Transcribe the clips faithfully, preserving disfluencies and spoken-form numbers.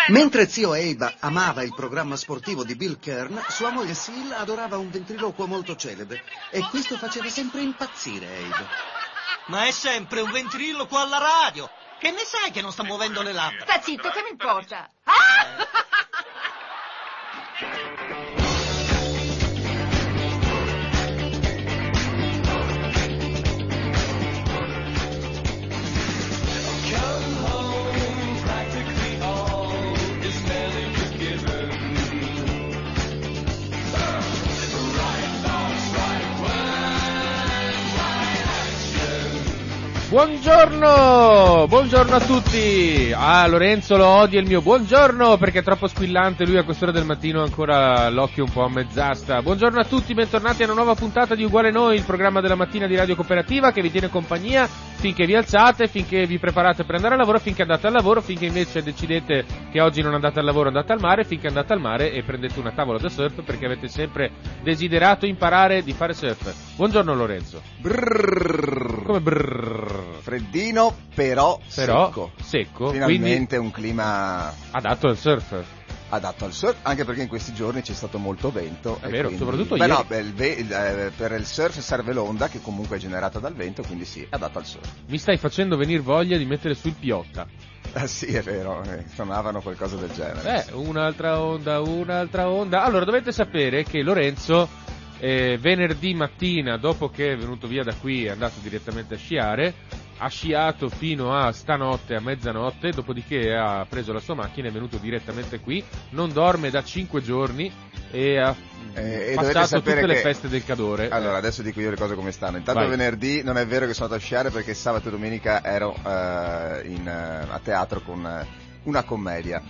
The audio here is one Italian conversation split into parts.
Mentre zio Abe amava il programma sportivo di Bill Kern, sua moglie Sil adorava un ventriloquo molto celebre e questo faceva sempre impazzire Abe. Ma è sempre un ventriloquo alla radio! Che ne sai che non sta muovendo le labbra? Sta zitto, che mi importa? Ah! Buongiorno, buongiorno a tutti. Ah, Lorenzo lo odia il mio buongiorno perché è troppo squillante, lui a quest'ora del mattino ha ancora l'occhio un po' a mezz'asta. Buongiorno a tutti, bentornati a una nuova puntata di Uguale Noi, il programma della mattina di Radio Cooperativa che vi tiene compagnia finché vi alzate, finché vi preparate per andare al lavoro, finché andate al lavoro, finché invece decidete che oggi non andate al lavoro, andate al mare, finché andate al mare e prendete una tavola da surf perché avete sempre desiderato imparare di fare surf. Buongiorno Lorenzo. Brrr. Come brrr? Freddino, però, però secco. secco. Finalmente un clima adatto al surf. Adatto al surf, anche perché in questi giorni c'è stato molto vento. È e vero, quindi... soprattutto Beh, ieri. no, beh, il ve- il, eh, per il surf serve l'onda che comunque è generata dal vento, quindi sì, è adatto al surf. Mi stai facendo venire voglia di mettere sul Piotta. Ah sì, è vero, eh, suonavano qualcosa del genere. Eh, un'altra onda, un'altra onda. Allora, dovete sapere che Lorenzo eh, venerdì mattina, dopo che è venuto via da qui, è andato direttamente a sciare, ha sciato fino a stanotte, a mezzanotte, dopodiché ha preso la sua macchina e è venuto direttamente qui, non dorme da cinque giorni e ha eh, passato e tutte che... le feste del Cadore. Allora, adesso dico io le cose come stanno. Intanto Vai. Venerdì non è vero che sono andato a sciare perché sabato e domenica ero uh, in, uh, a teatro con uh, una commedia.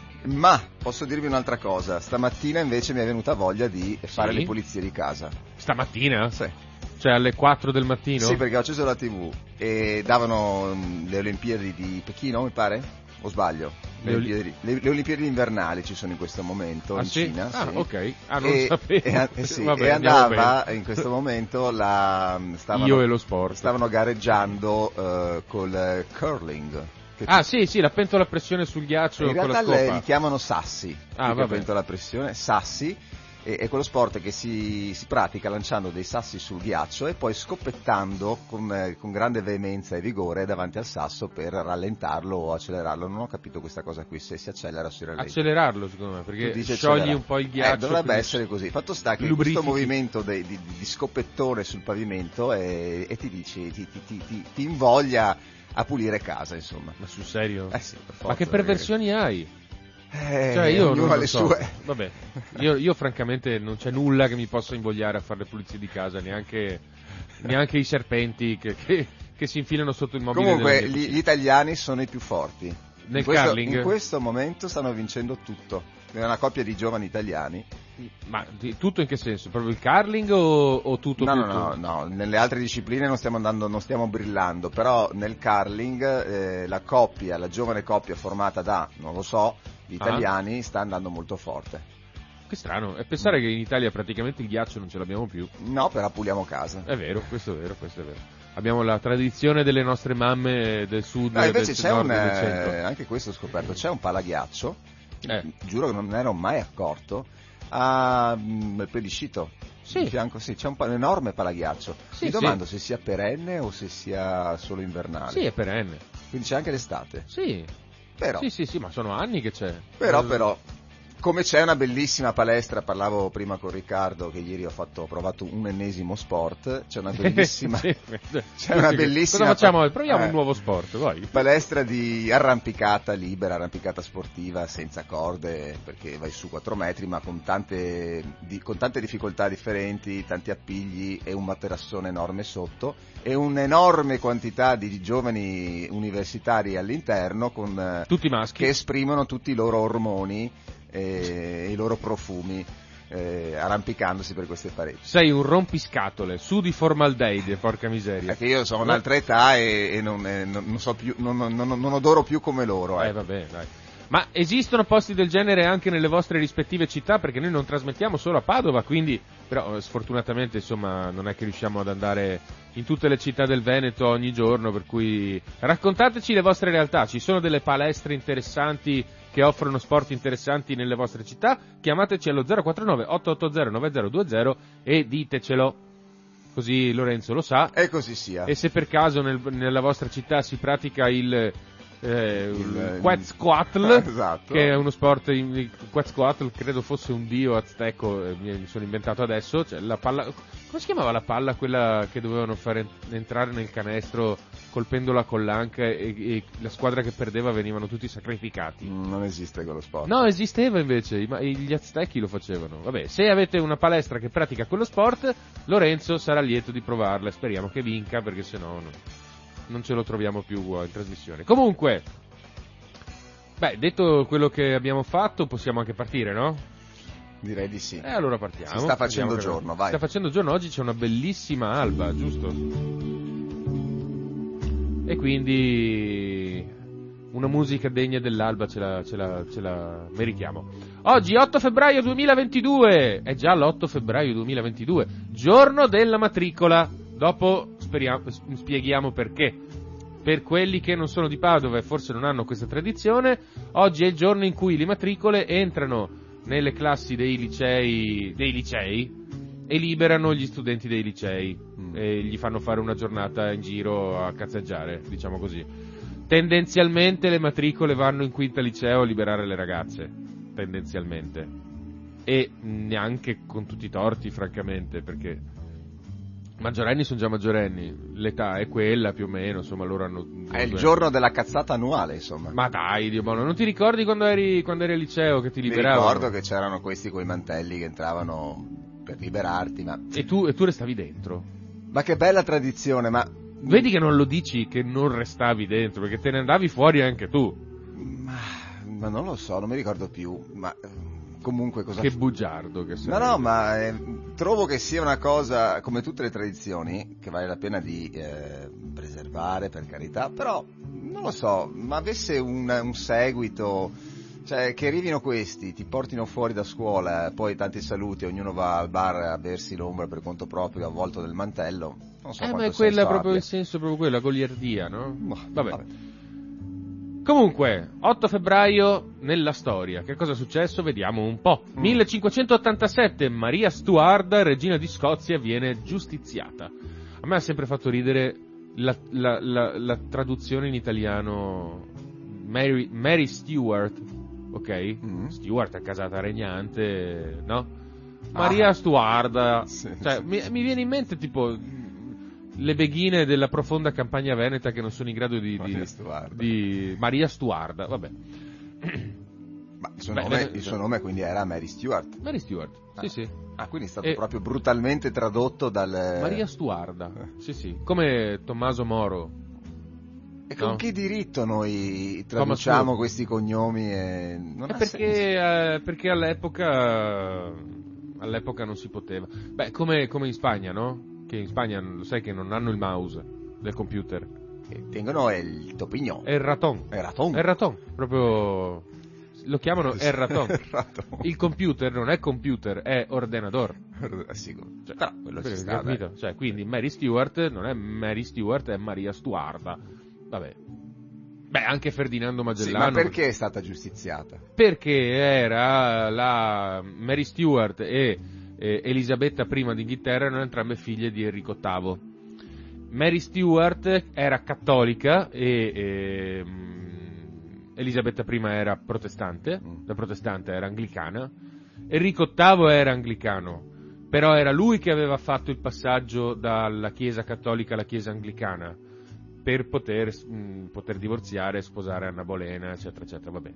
Ma posso dirvi un'altra cosa, stamattina invece mi è venuta voglia di fare Sì? le pulizie di casa. Stamattina? Sì. Cioè alle quattro del mattino? Sì, perché ho acceso la tivù e davano um, le Olimpiadi di Pechino, mi pare? O sbaglio? Le, Le, Olimpiadi, le, le Olimpiadi invernali ci sono in questo momento ah, in sì? Cina. Ah, sì. ok. Ah, non e, lo sapevo. E, eh, sì, Vabbè, e andava bene. in questo momento la... Stavano, Io e lo sport. Stavano gareggiando uh, col curling. Ah sì, sì, la pentola a pressione sul ghiaccio in con la realtà scopa. le, li chiamano sassi. Ah, la vabbè. pentola a pressione, sassi. È quello sport che si, si pratica lanciando dei sassi sul ghiaccio e poi scoppettando con, eh, con grande veemenza e vigore davanti al sasso per rallentarlo o accelerarlo. Non ho capito questa cosa qui, se si accelera o si rallenta. Accelerarlo secondo me, perché dici sciogli accelerare. un po' il ghiaccio. Eh, dovrebbe essere così. Fatto sta che lubrifichi. questo movimento de, di, di scoppettone sul pavimento è, e ti dici, ti, ti, ti, ti, ti invoglia a pulire casa, insomma. Ma sul serio? Eh sì, per forza, Ma che perversioni perché... hai? Eh, cioè io ognuno non ha lo le so. sue. Vabbè, io, io francamente non c'è nulla che mi possa invogliare a fare le pulizie di casa, neanche, neanche i serpenti che, che, che si infilano sotto il mobile. Comunque gli, gli italiani sono i più forti. Nel in questo, curling? In questo momento stanno vincendo tutto. È una coppia di giovani italiani. Ma di, tutto in che senso? Proprio il curling o, o tutto? No, tutto? no, no, no, nelle altre discipline non stiamo andando, non stiamo brillando, però nel curling eh, la coppia, la giovane coppia formata da, non lo so, gli italiani ah. sta andando molto forte. Che strano, e pensare che in Italia praticamente il ghiaccio non ce l'abbiamo più. No, però puliamo casa. È vero, questo è vero, questo è vero. Abbiamo la tradizione delle nostre mamme del sud no, e invece del c'è nord un, e del centro. eh, anche questo ho scoperto, c'è un palaghiaccio, eh. giuro che non me ne ero mai accorto, a um, Pediscito. Sì. In fianco, sì, c'è un, un enorme palaghiaccio. Sì, Mi domando sì. se sia perenne o se sia solo invernale. Sì, è perenne. Quindi c'è anche l'estate. Sì. Però. Sì, sì, sì, ma sono anni che c'è. Però, però, come c'è una bellissima palestra, parlavo prima con Riccardo che ieri ho fatto, ho provato un ennesimo sport, c'è una bellissima sì, c'è una bellissima cosa facciamo? Proviamo eh, un nuovo sport, vai. Palestra di arrampicata libera, arrampicata sportiva senza corde, perché vai su quattro metri, ma con tante, di, con tante difficoltà differenti, tanti appigli e un materassone enorme sotto e un'enorme quantità di giovani universitari all'interno con tutti maschi che esprimono tutti i loro ormoni e i loro profumi eh, arrampicandosi per queste pareti. Sei un rompiscatole, su di formaldeide, porca miseria. Perché io sono un'altra età e, e non, eh, non, non so più, non, non, non odoro più come loro. Eh eh. vabbè, dai. Ma esistono posti del genere anche nelle vostre rispettive città? Perché noi non trasmettiamo solo a Padova, quindi, però sfortunatamente insomma non è che riusciamo ad andare in tutte le città del Veneto ogni giorno, per cui raccontateci le vostre realtà. Ci sono delle palestre interessanti che offrono sport interessanti nelle vostre città? Chiamateci allo zero quattro nove otto otto zero nove zero due zero e ditecelo, così Lorenzo lo sa. E così sia. E se per caso nel, nella vostra città si pratica il Eh, il Quetzalcoatl, esatto. che è uno sport, il Quetzalcoatl credo fosse un dio azteco, eh, mi sono inventato adesso, cioè la palla, come si chiamava la palla quella che dovevano fare entrare nel canestro colpendola con l'anca e, e la squadra che perdeva venivano tutti sacrificati? Non esiste quello sport. No, esisteva invece, ma gli aztechi lo facevano. Vabbè, se avete una palestra che pratica quello sport, Lorenzo sarà lieto di provarla, speriamo che vinca, perché sennò no, non ce lo troviamo più in trasmissione. Comunque, beh, detto quello che abbiamo fatto, possiamo anche partire, no? Direi di sì. E eh, allora partiamo. Si sta facendo Vediamo giorno, che... vai. Si sta facendo giorno, oggi c'è una bellissima alba, giusto? E quindi una musica degna dell'alba ce la, ce la, ce la meritiamo. Oggi otto febbraio duemilaventidue, è già l'otto febbraio duemilaventidue, giorno della matricola. Dopo speriamo, spieghiamo perché. Per quelli che non sono di Padova e forse non hanno questa tradizione, oggi è il giorno in cui le matricole entrano nelle classi dei licei, dei licei e liberano gli studenti dei licei mm. e gli fanno fare una giornata in giro a cazzeggiare, diciamo così. Tendenzialmente le matricole vanno in quinta liceo a liberare le ragazze, tendenzialmente, e neanche con tutti i torti, francamente, perché maggiorenni sono già maggiorenni, l'età è quella più o meno, insomma loro hanno... È il giorno della cazzata annuale, insomma. Ma dai, Dio buono, non ti ricordi quando eri, quando eri al liceo che ti liberavano? Mi ricordo che c'erano questi coi mantelli che entravano per liberarti, ma... E tu, e tu restavi dentro? Ma che bella tradizione, ma... Vedi che non lo dici che non restavi dentro, perché te ne andavi fuori anche tu. Ma, ma non lo so, non mi ricordo più, ma... Comunque cosa... Che bugiardo che sei. No, no, ma eh, trovo che sia una cosa, come tutte le tradizioni, che vale la pena di eh, preservare, per carità, però, non lo so, ma avesse un, un seguito, cioè che arrivino questi, ti portino fuori da scuola, poi tanti saluti, ognuno va al bar a bersi l'ombra per conto proprio, avvolto nel mantello, non so eh, quanto ma è quella senso proprio abbia. Il senso, proprio quella, goliardia, no? No, vabbè. vabbè. Comunque, otto febbraio nella storia, che cosa è successo? Vediamo un po'. Mm. millecinquecentottantasette, Maria Stuart, regina di Scozia, viene giustiziata. A me ha sempre fatto ridere la, la, la, la traduzione in italiano Mary, Mary Stuart, ok? Mm. Stuart è casata regnante, no? Maria ah. Stuart, sì, cioè sì. Mi, mi viene in mente tipo... le beghine della profonda campagna veneta che non sono in grado di... Maria di, Stuarda. di Maria Stuarda, vabbè. Ma il suo, Beh, nome, beh, il suo nome quindi era Mary Stuart? Mary Stuart, ah. sì sì. Ah, quindi è stato e... proprio brutalmente tradotto dal... Maria Stuarda, eh. sì sì, come Tommaso Moro. E con no? che diritto noi traduciamo questi cognomi? E... Non è ha perché, eh, perché all'epoca... all'epoca non si poteva. Beh, come, come in Spagna, no? Che in Spagna lo sai che non hanno il mouse del computer. E tengono il topignò. È il raton. È il raton. È il raton, proprio lo chiamano il raton. Il raton. Il computer non è computer, è ordenador. Sì, cioè, però, quello ci sta, capito? Cioè, quindi Mary Stuart non è Mary Stuart, è Maria Stuarda. Vabbè. Beh, anche Ferdinando Magellano. Sì, ma perché è stata giustiziata? Perché era la Mary Stuart e Elisabetta I d'Inghilterra erano entrambe figlie di Enrico ottavo. Mary Stuart era cattolica e, e Elisabetta I era protestante, mm. la protestante era anglicana, Enrico ottavo era anglicano, però era lui che aveva fatto il passaggio dalla Chiesa cattolica alla Chiesa anglicana per poter, mh, poter divorziare e sposare Anna Bolena, eccetera, eccetera, vabbè.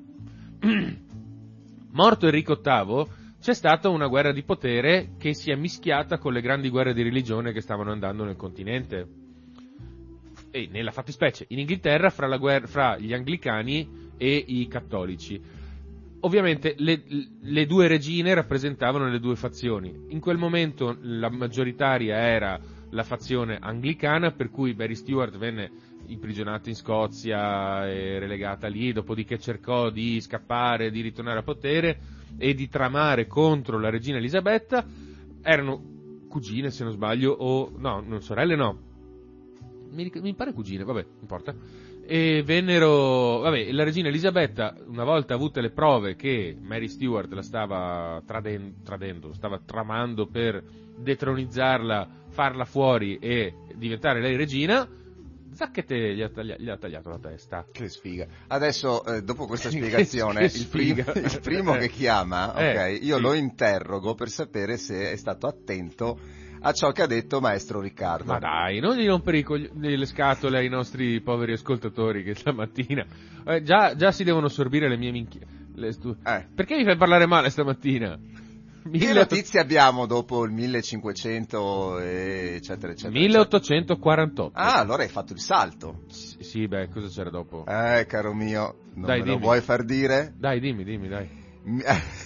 Morto Enrico ottavo, c'è stata una guerra di potere che si è mischiata con le grandi guerre di religione che stavano andando nel continente. E nella fattispecie in Inghilterra fra, la guerra, fra gli anglicani e i cattolici. Ovviamente le, le due regine rappresentavano le due fazioni. In quel momento la maggioritaria era la fazione anglicana, per cui Mary Stuart venne imprigionata in Scozia e relegata lì, dopodiché cercò di scappare, di ritornare al potere e di tramare contro la regina Elisabetta. Erano cugine, se non sbaglio, o no, non sorelle, no, mi, mi pare cugine, vabbè, non importa. E vennero, vabbè, la regina Elisabetta, una volta avute le prove che Mary Stuart la stava tradendo, tradendo, stava tramando per detronizzarla, farla fuori e diventare lei regina, Zacchete gli ha, taglia, gli ha tagliato la testa. Che sfiga. Adesso, eh, dopo questa spiegazione, che, che il, prim- il primo che chiama, eh, ok, io sì. lo interrogo per sapere se è stato attento a ciò che ha detto maestro Riccardo. Ma dai, non gli rompere i cogli- le scatole ai nostri poveri ascoltatori che stamattina eh, già, già si devono sorbire le mie minchie. Le stu- Eh. Perché mi fai parlare male stamattina? Che Mille- notizie abbiamo dopo il millecinquecento eccetera eccetera? milleottocentoquarantotto. Ah, allora hai fatto il salto. S- sì, beh, cosa c'era dopo? Eh, caro mio, non Dai, me lo dimmi. vuoi far dire? Dai, dimmi, dimmi, dai. Mi-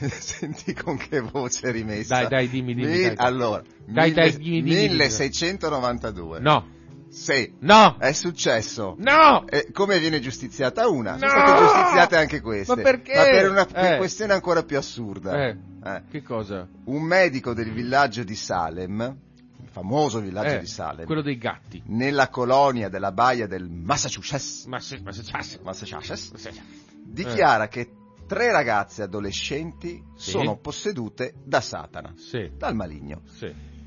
Senti con che voce rimessa. Dai, dai, dimmi, dimmi, Mi- dai. Allora, Dai, dai, mille- dimmi, dimmi, dimmi. milleseicentonovantadue. No, Sì, no, è successo. no! E come viene giustiziata una? Sono No! state giustiziate anche queste. Ma perché? Ma per una Eh. questione ancora più assurda. Eh, Eh. che cosa? Un medico del villaggio di Salem, il famoso villaggio Eh, di Salem, quello dei gatti. nella colonia della baia del Massachusetts, Ma se, ma se, ma se- Massachusetts ma se- dichiara che tre ragazze adolescenti Sì. sono possedute da Satana, Sì, dal maligno, sì.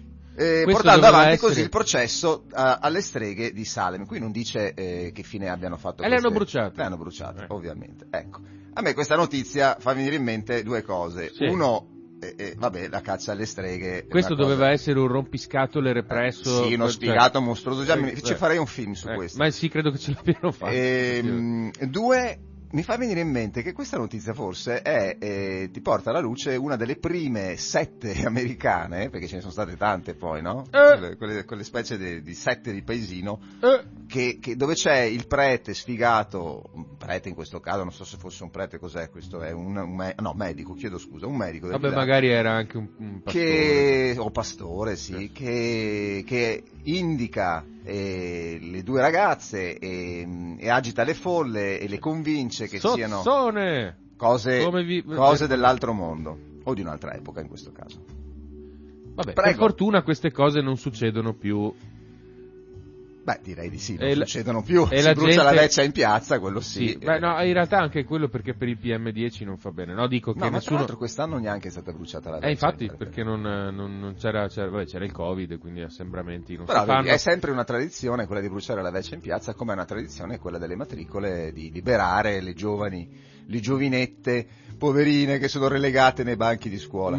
eh, Questo portando doveva avanti essere- così il processo eh, alle streghe di Salem. Qui non dice eh, che fine abbiano fatto. E le hanno queste- bruciate. Le hanno bruciate, Eh. ovviamente. Ecco, a me questa notizia fa venire in mente due cose. Sì. Uno, eh, eh, vabbè, la caccia alle streghe. è Questo una cosa- doveva essere un rompiscatole represso. Sì, uno cioè- spiegato mostruoso. Già Eh, mi- ci eh. farei un film su Eh, questo. Ma sì, credo che ce l'abbiano fatto. Ehm, due, mi fa venire in mente che questa notizia forse è, eh, ti porta alla luce una delle prime sette americane, perché ce ne sono state tante poi, no? Eh. Quelle, quelle- quelle specie di, di sette di paesino, Eh, che, che- dove c'è il prete sfigato, un prete in questo caso, non so se fosse un prete, cos'è questo? È un, un me- no, medico, chiedo scusa, un medico del vabbè, villaggio. magari era anche un, un pastore. Che, o pastore, sì, che, che indica eh, le due ragazze e, e agita le folle e le convince che siano Sozzone! cose, Come vi- cose dell'altro mondo, o di un'altra epoca in questo caso. Vabbè, Prego. per fortuna queste cose non succedono più. Beh, direi di sì, non E la- succedono più, e si la brucia la gente- veccia in piazza, quello sì. Sì, beh, no, in realtà anche quello perché per il P M dieci non fa bene. No, dico che No, ma tra nessuno. l'altro quest'anno neanche è stata bruciata la vecchia. Eh, infatti, mi pare. perché non, non- non c'era, c'era, vabbè, c'era il Covid, quindi assembramenti non Però si vedi, fanno. è sempre una tradizione quella di bruciare la vecchia in piazza, come è una tradizione quella delle matricole di liberare le giovani, le giovinette poverine che sono relegate nei banchi di scuola.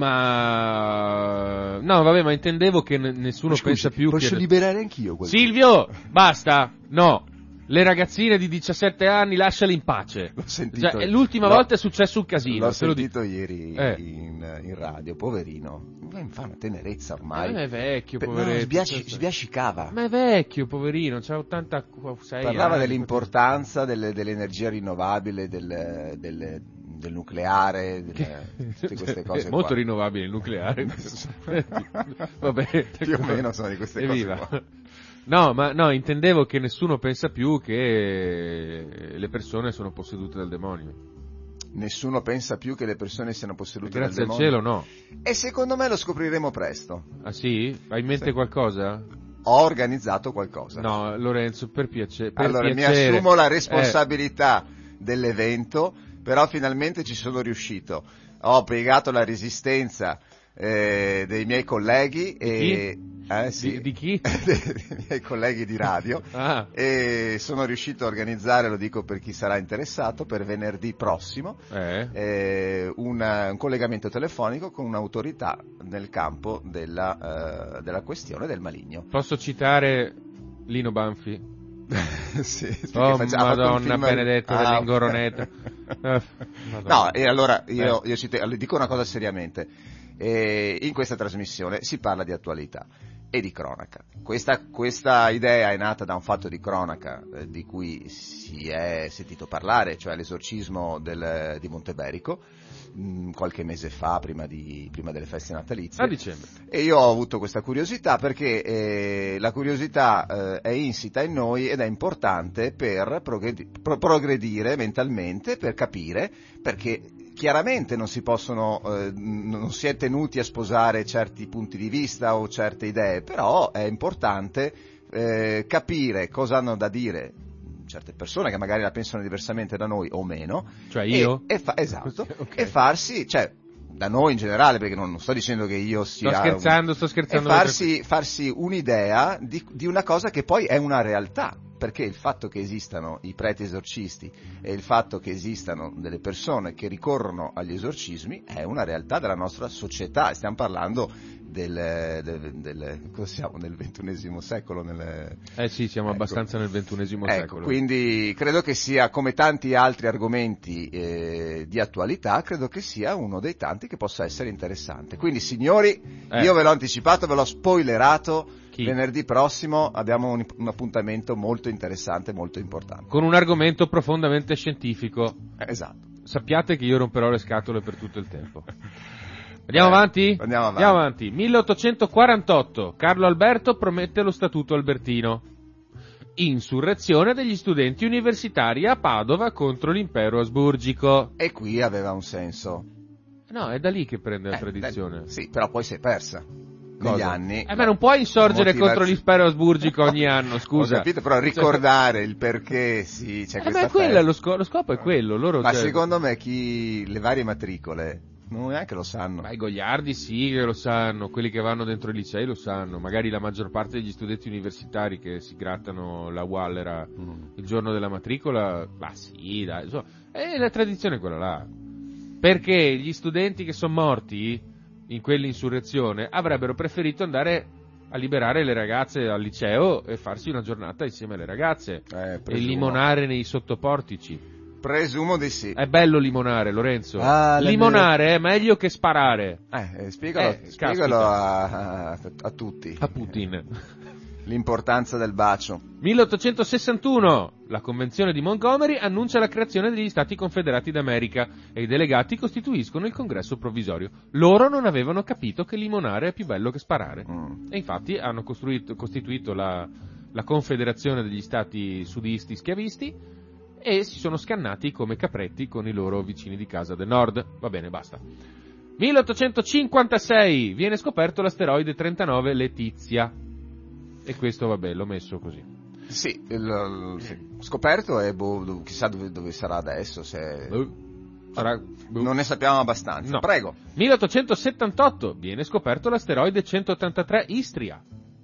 Ma no, vabbè, ma intendevo che n- nessuno Scusi, pensa più posso che liberare anch'io qualcuno? Silvio, basta. No. Le ragazzine di diciassette anni lasciale in pace. L'ho sentito. Cioè, l'ultima L'ho- volta è successo un casino. L'ho te lo dico. sentito ieri Eh. in, in radio, poverino. Mi fa una tenerezza Ma ormai. è vecchio, Pe- no, poveretto. sbiasci- sbiascicava. Ma è vecchio, poverino, c'ha ottantasei Parlava anni. dell'importanza delle, dell'energia rinnovabile, del, del, del nucleare, delle, tutte queste cose Molto qua. rinnovabile il nucleare. Vabbè, Più o meno sono di queste cose Evviva. qua. No, ma no, intendevo che nessuno pensa più che le persone sono possedute dal demonio. Nessuno pensa più che le persone siano possedute Grazie dal al demonio. cielo no. E secondo me lo scopriremo presto. Ah sì? Hai in mente Sì. qualcosa? Ho organizzato qualcosa. No, Lorenzo, per, piace- per allora piacere. mi assumo la Eh, responsabilità dell'evento, però finalmente ci sono riuscito. Ho piegato la resistenza eh, dei miei colleghi e eh, sì, Di- di chi? dei miei colleghi di radio Ah, e sono riuscito a organizzare, lo dico per chi sarà interessato, per venerdì prossimo eh. eh, una- un collegamento telefonico con un'autorità nel campo della, eh, della questione del maligno. Posso citare Lino Banfi? Sì, perché Oh, faccia- ha fatto un Madonna film- benedetta Ah, dell'ingoroneta. Eh, No, Madonna. e allora io, Eh. io ci te- le dico una cosa seriamente. Eh, in questa trasmissione si parla di attualità. e di cronaca. Questa, questa idea è nata da un fatto di cronaca eh, di cui si è sentito parlare, cioè l'esorcismo del, di Monteberico, mh, qualche mese fa, prima, di, prima delle feste natalizie. A dicembre. E io ho avuto questa curiosità perché eh, la curiosità eh, è insita in noi ed è importante per progredi- pro- progredire mentalmente, per capire, perché chiaramente non si possono, eh, non si è tenuti a sposare certi punti di vista o certe idee, però è importante eh, capire cosa hanno da dire certe persone che magari la pensano diversamente da noi o meno. Cioè io? E, e fa- esatto, Okay. e farsi, cioè da noi in generale, perché non, non sto dicendo che io sia... Sto scherzando, sto scherzando. E farsi, farsi un'idea di, di una cosa che poi è una realtà, perché il fatto che esistano i preti esorcisti e il fatto che esistano delle persone che ricorrono agli esorcismi è una realtà della nostra società, e stiamo parlando del, del, del, cosa siamo, nel ventunesimo secolo? Nel, eh sì, siamo ecco, abbastanza nel ventunesimo ecco, secolo. Quindi credo che sia, come tanti altri argomenti eh, di attualità, credo che sia uno dei tanti che possa essere interessante. Quindi signori, eh. io ve l'ho anticipato, ve l'ho spoilerato. Chi? Venerdì prossimo abbiamo un, un appuntamento molto interessante, molto importante. Con un argomento profondamente scientifico. Eh, esatto. Sappiate che io romperò le scatole per tutto il tempo. Andiamo eh, avanti? Andiamo avanti. Andiamo avanti. milleottocentoquarantotto. Carlo Alberto promette lo Statuto Albertino. Insurrezione degli studenti universitari a Padova contro l'impero asburgico. E qui aveva un senso. No, è da lì che prende la Eh, tradizione. da- sì, però poi si è persa. Negli Cosa? anni. Eh, ma non puoi insorgere motivazio- contro l'impero asburgico ogni anno, scusa. Ho capito, però ricordare il perché sì, c'è Eh, questa ma è quello, festa. lo, sco- lo scopo è quello. Loro, Ma cioè, secondo me chi le varie matricole non neanche lo sanno. Ma i gogliardi sì che lo sanno, quelli che vanno dentro i licei lo sanno, magari la maggior parte degli studenti universitari che si grattano la wallera Mm. il giorno della matricola, ma sì, dai, insomma, è la tradizione è quella là. Perché gli studenti che sono morti in quell'insurrezione avrebbero preferito andare a liberare le ragazze al liceo e farsi una giornata insieme alle ragazze Eh, e presumo. limonare nei sottoportici. Presumo di sì. È bello limonare, Lorenzo. Ah, la- limonare è meglio che sparare. Eh, eh, spiegalo, Eh, spiegalo caspita. a, a- a tutti. A Putin. L'importanza del bacio. milleottocentosessantuno. La Convenzione di Montgomery annuncia la creazione degli Stati Confederati d'America e i delegati costituiscono il congresso provvisorio. Loro non avevano capito che limonare è più bello che sparare. Mm. E infatti hanno costruito- costituito la, la Confederazione degli Stati Sudisti Schiavisti e si sono scannati come capretti con i loro vicini di casa del nord. Va bene, basta. milleottocentocinquantasei. Viene scoperto l'asteroide trentanove Letizia. E questo, vabbè, l'ho messo così. Sì, il, il- sì, scoperto e boh, chissà dove, dove sarà adesso, se... Sarà- boh. Non ne sappiamo abbastanza. No. Prego. milleottocentosettantotto. Viene scoperto l'asteroide centottantatré Istria.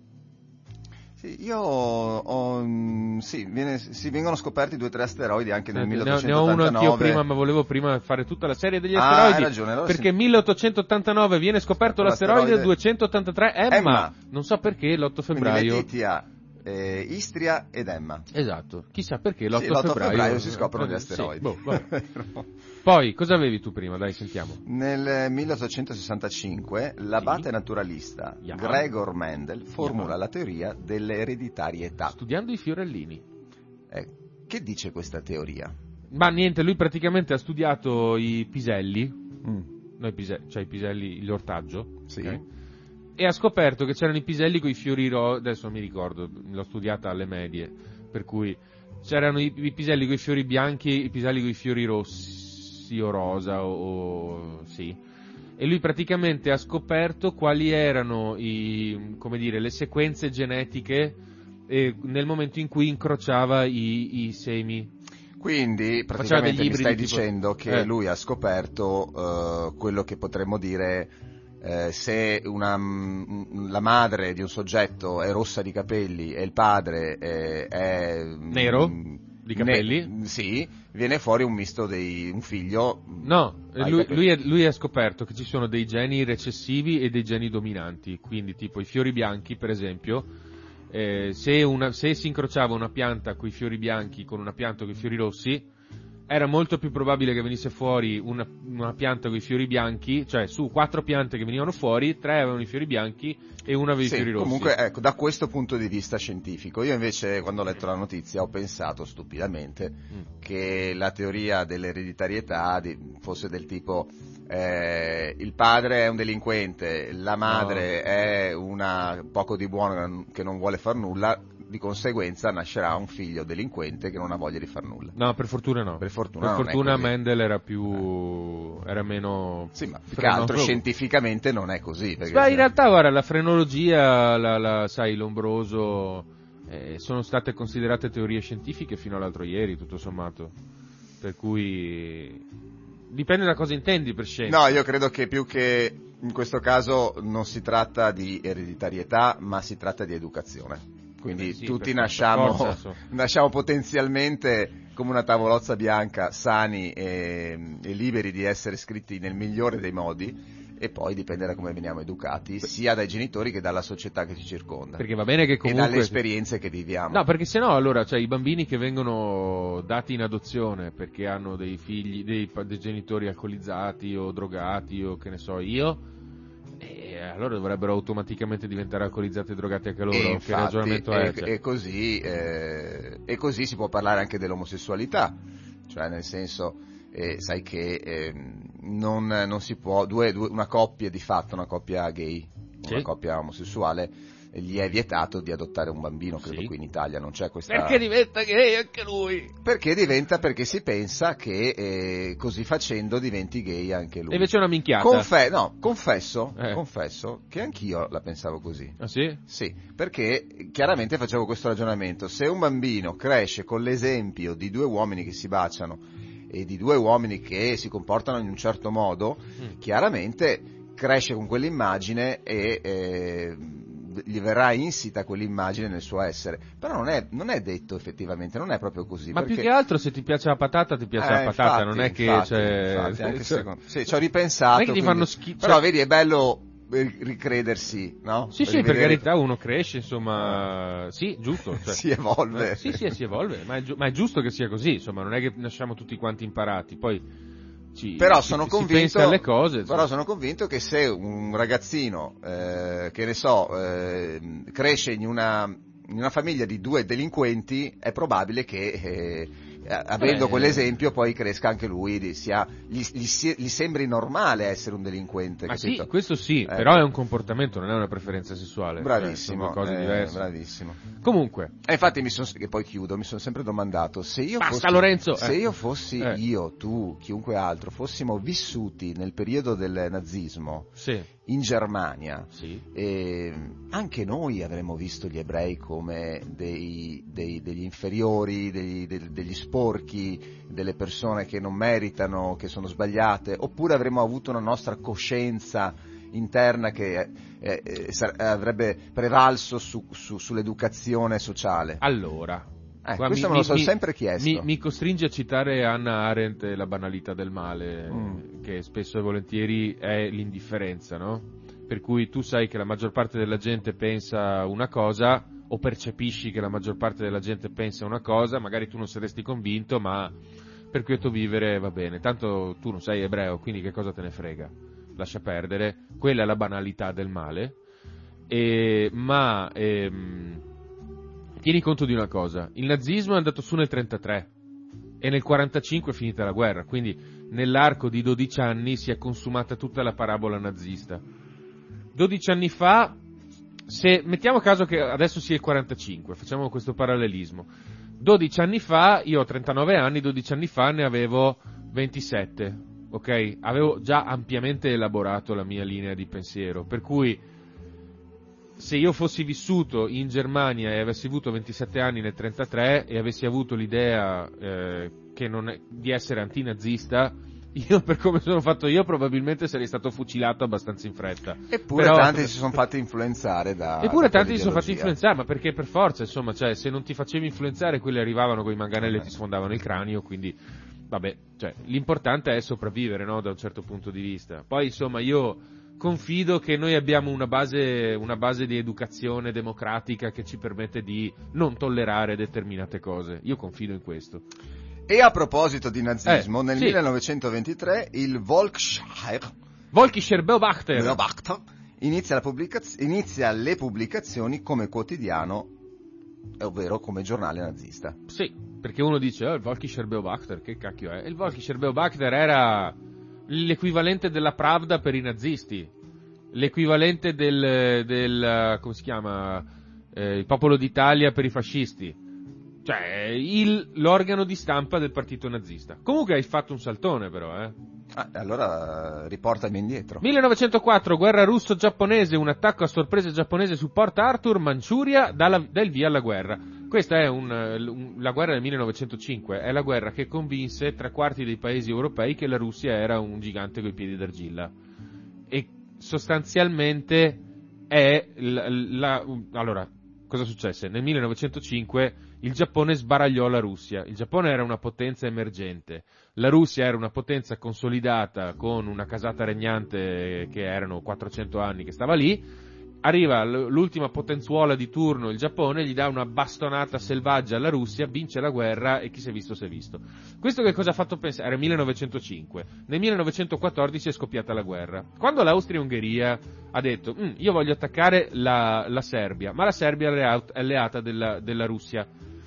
Sì, io ho, mm, sì, viene, si vengono scoperti due o tre asteroidi anche nel Ne, ne ho milleottocentottantanove. uno anch'io prima, ma volevo prima fare tutta la serie degli Ah, asteroidi. hai ragione, allora perché sì. milleottocentottantanove viene scoperto l'asteroide, L'asteroide duecentottantatré Emma. Emma. Non so perché l'otto Quindi febbraio. Letitia, eh, Istria ed Emma. Esatto. Chissà perché l'otto, Sì, l'otto febbraio, febbraio si scoprono gli eh, asteroidi. sì, boh, vabbè. Poi, cosa avevi tu prima? Dai, sentiamo. Nel milleottocentosessantacinque l'abate Sì. naturalista Yeah. Gregor Mendel formula Yeah. la teoria dell'ereditarietà. Studiando i fiorellini. Eh, che dice questa teoria? Ma niente, lui praticamente ha studiato i piselli, Mm. no, i piselli, cioè i piselli, l'ortaggio, Sì. ok? E ha scoperto che c'erano i piselli con i fiori rosa, adesso non mi ricordo, l'ho studiata alle medie, per cui c'erano i, i piselli con i fiori bianchi e i piselli con i fiori rossi o rosa o, o sì. E lui praticamente ha scoperto quali erano i, come dire, le sequenze genetiche eh, nel momento in cui incrociava i, i semi. Quindi Faceva praticamente degli mi stai ibridi tipo- dicendo che Eh. lui ha scoperto eh, quello che potremmo dire eh, se una, mm, la madre di un soggetto è rossa di capelli e il padre è, è Nero mm, di capelli? ne- sì, viene fuori un misto dei un figlio. No, Hai lui, capito? lui, è- lui ha scoperto che ci sono dei geni recessivi e dei geni dominanti, quindi tipo i fiori bianchi per esempio, eh, se, una, se si incrociava una pianta con i fiori bianchi con una pianta con i fiori rossi, era molto più probabile che venisse fuori una, una pianta con i fiori bianchi, cioè su quattro piante che venivano fuori, tre avevano i fiori bianchi e una aveva i sì, fiori rossi. Comunque, ecco, da questo punto di vista scientifico, io invece quando ho letto la notizia ho pensato stupidamente mm. che la teoria dell'ereditarietà di, fosse del tipo eh, il padre è un delinquente, la madre no. è una poco di buono che non vuole far nulla, di conseguenza nascerà un figlio delinquente che non ha voglia di far nulla. No, per fortuna no. Per fortuna, per fortuna Mendel era più eh. era meno sì, ma più che altro scientificamente non è così. Ma in se... realtà guarda, la frenologia, la, la, sai, l'ombroso eh, sono state considerate teorie scientifiche fino all'altro ieri, tutto sommato. Per cui dipende da cosa intendi per scienza. No, io credo che più che in questo caso non si tratta di ereditarietà, ma si tratta di educazione. Quindi sì, tutti nasciamo, forza, nasciamo potenzialmente come una tavolozza bianca, sani e, e liberi di essere scritti nel migliore dei modi, e poi dipende da come veniamo educati, sia dai genitori che dalla società che ci circonda. Perché va bene che comunque... E dalle esperienze che viviamo. No, perché sennò allora, cioè, i bambini che vengono dati in adozione perché hanno dei figli, dei, dei genitori alcolizzati o drogati o che ne so io, e allora dovrebbero automaticamente diventare alcolizzati e drogati anche loro. E che infatti, ragionamento e, è? Cioè? E, così, eh, e così si può parlare anche dell'omosessualità, cioè nel senso, eh, sai che eh, non, non si può, due, due, una coppia di fatto, una coppia gay, sì. una coppia omosessuale, gli è vietato di adottare un bambino, credo sì. qui in Italia non c'è questa... Perché diventa gay anche lui? Perché diventa, perché si pensa che eh, così facendo diventi gay anche lui. E invece è una minchiata. Confe- no, confesso, eh. confesso che anch'io la pensavo così. Ah sì? Sì, perché chiaramente facevo questo ragionamento, se un bambino cresce con l'esempio di due uomini che si baciano e di due uomini che si comportano in un certo modo, mm. chiaramente cresce con quell'immagine e... Eh, gli verrà insita quell'immagine nel suo essere, però non è, non è detto effettivamente, non è proprio così. Ma perché... più che altro se ti piace la patata ti piace eh, la patata, infatti, non è che infatti, cioè... infatti, anche secondo... sì, ci ho ripensato, non è che ti quindi... fanno schifo, però cioè... vedi è bello ricredersi, no? Sì, per sì, rivedere... per carità uno cresce, insomma, sì, giusto. Cioè... si evolve. Eh, sì, sì, si evolve, ma è, gi- ma è giusto che sia così, insomma, non è che nasciamo tutti quanti imparati, poi... Ci, però ci, sono si convinto pensa alle cose, però sono convinto che se un ragazzino eh, che ne so eh, cresce in una, in una famiglia di due delinquenti è probabile che eh, avendo Beh, quell'esempio poi cresca anche lui, sia, gli, gli, gli sembri normale essere un delinquente. Ma capito? sì, questo sì, eh. però è un comportamento, non è una preferenza sessuale. Bravissimo, cioè, sono cose eh, diverse. Bravissimo. Comunque. E infatti mi sono, e poi chiudo, mi sono sempre domandato, se io Basta, fossi, Lorenzo! se eh. io fossi, eh. io, tu, chiunque altro, fossimo vissuti nel periodo del nazismo, sì. in Germania, sì. e anche noi avremmo visto gli ebrei come dei, dei, degli inferiori, dei, dei, degli sporchi, delle persone che non meritano, che sono sbagliate, oppure avremmo avuto una nostra coscienza interna che eh, eh, avrebbe prevalso su, su, sull'educazione sociale. Allora, eh, questo mi, me lo sono mi, sempre chiesto. Mi, mi costringe a citare Hannah Arendt, La banalità del male, mm. che spesso e volentieri è l'indifferenza, no? Per cui tu sai che la maggior parte della gente pensa una cosa, o percepisci che la maggior parte della gente pensa una cosa, magari tu non saresti convinto, ma per quieto vivere va bene, tanto tu non sei ebreo, quindi che cosa te ne frega? Lascia perdere, quella è la banalità del male, e, ma ehm, tieni conto di una cosa, il nazismo è andato su nel trentatré e nel quarantacinque è finita la guerra, quindi nell'arco di dodici anni si è consumata tutta la parabola nazista. dodici anni fa, se mettiamo caso che adesso sia il quarantacinque, facciamo questo parallelismo, dodici anni fa, io ho trentanove anni, dodici anni fa ne avevo ventisette. Ok, avevo già ampiamente elaborato la mia linea di pensiero, per cui se io fossi vissuto in Germania e avessi avuto ventisette anni nel trentatré e avessi avuto l'idea eh, che non è, di essere antinazista, io per come sono fatto io probabilmente sarei stato fucilato abbastanza in fretta. Eppure Però, tanti si sono fatti influenzare da Eppure da tanti si sono fatti influenzare, ma perché per forza, insomma, cioè se non ti facevi influenzare quelli arrivavano con i manganelli e ti sfondavano il cranio, quindi vabbè, cioè, l'importante è sopravvivere, no, da un certo punto di vista. Poi, insomma, io confido che noi abbiamo una base, una base di educazione democratica che ci permette di non tollerare determinate cose. Io confido in questo. E a proposito di nazismo, Eh, nel sì. millenovecentoventitré il Volksschreiber Volkischer Beobachter. Beobachter inizia, la pubblicaz- inizia le pubblicazioni come quotidiano, ovvero come giornale nazista. Sì, perché uno dice, oh, il Volkischer Beobachter, che cacchio è? Il Volkischer Beobachter era l'equivalente della Pravda per i nazisti, l'equivalente del, del come si chiama, eh, il Popolo d'Italia per i fascisti. Cioè, il, l'organo di stampa del partito nazista. Comunque hai fatto un saltone però, eh. Ah, allora riportami indietro. millenovecentoquattro, guerra russo-giapponese, un attacco a sorpresa giapponese su Port Arthur, Manciuria, dà, la, dà il via alla guerra. Questa è un, un, la guerra del millenovecentocinque, è la guerra che convinse tre quarti dei paesi europei che la Russia era un gigante coi piedi d'argilla. E sostanzialmente è la, la, allora, cosa successe? Nel millenovecentocinque il Giappone sbaragliò la Russia. Il Giappone era una potenza emergente, la Russia era una potenza consolidata con una casata regnante che erano quattrocento anni che stava lì. Arriva l'ultima potenzuola di turno, il Giappone, gli dà una bastonata selvaggia alla Russia, vince la guerra e chi si è visto si è visto. Questo che cosa ha fatto pensare? Era il millenovecentocinque. Nel millenovecentoquattordici è scoppiata la guerra. Quando l'Austria-Ungheria ha detto mm, io voglio attaccare la, la Serbia, ma la Serbia è alleata della, della Russia.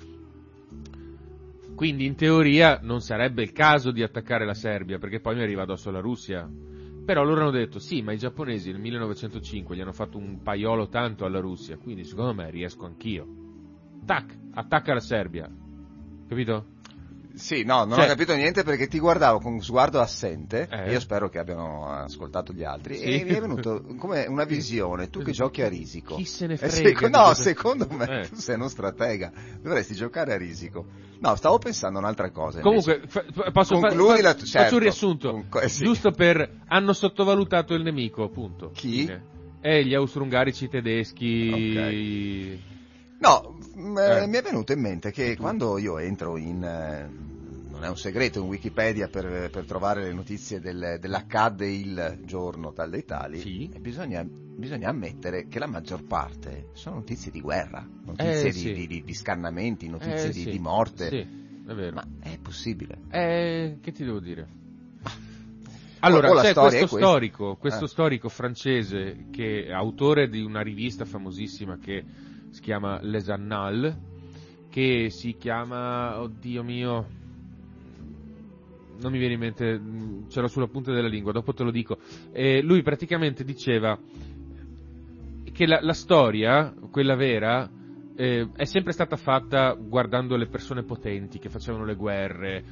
Quindi in teoria non sarebbe il caso di attaccare la Serbia, perché poi mi arriva addosso la Russia. Però loro hanno detto, sì, ma i giapponesi nel millenovecentocinque gli hanno fatto un paiolo tanto alla Russia, quindi secondo me riesco anch'io. Tac, attacca la Serbia. Capito? Sì, no, non Cioè- ho capito niente perché ti guardavo con sguardo assente, Eh. io spero che abbiano ascoltato gli altri, Sì. e mi è venuto come una visione, tu che giochi a risico. Chi se ne Eh, frega seco- di no, cosa- secondo me Eh. tu sei uno stratega, dovresti giocare a risico. No, stavo pensando a un'altra cosa. invece. Comunque, fa- fa- posso fa- Concludi fa- la- faccio certo. un riassunto, Con- eh, sì. giusto per, hanno sottovalutato il nemico, punto. Chi? Fine. Eh, gli austro-ungarici tedeschi. No, m- Eh. mi è venuto in mente che quando io entro in... eh, non è un segreto, in Wikipedia per, per trovare le notizie del, dell'accadde il giorno tal dei tali, Sì. e bisogna, bisogna ammettere che la maggior parte sono notizie di guerra, notizie Eh, di, sì. di, di, di scannamenti, notizie Eh, di, sì, di morte. Sì, è vero. Ma è possibile? Eh, che ti devo dire? O Allora, la c'è storia questo è questa. storico, questo Eh. storico francese che è autore di una rivista famosissima che si chiama Les Annales, che si chiama, oddio mio, non mi viene in mente, mh, ce l'ho sulla punta della lingua, dopo te lo dico. E lui praticamente diceva che la, la storia, quella vera, eh, è sempre stata fatta guardando le persone potenti che facevano le guerre,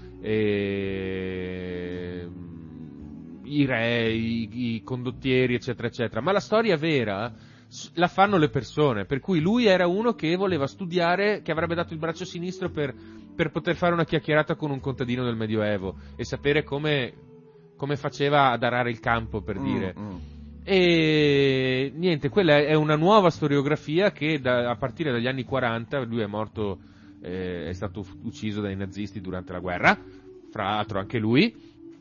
e, i re, i, i condottieri, eccetera, eccetera. Ma la storia vera s- la fanno le persone, per cui lui era uno che voleva studiare, che avrebbe dato il braccio sinistro per, per poter fare una chiacchierata con un contadino del Medioevo e sapere come, come faceva ad arare il campo, per dire. Mm, mm. E niente, quella è una nuova storiografia che da, a partire dagli anni quaranta, lui è morto, eh, è stato ucciso dai nazisti durante la guerra, fra l'altro anche lui,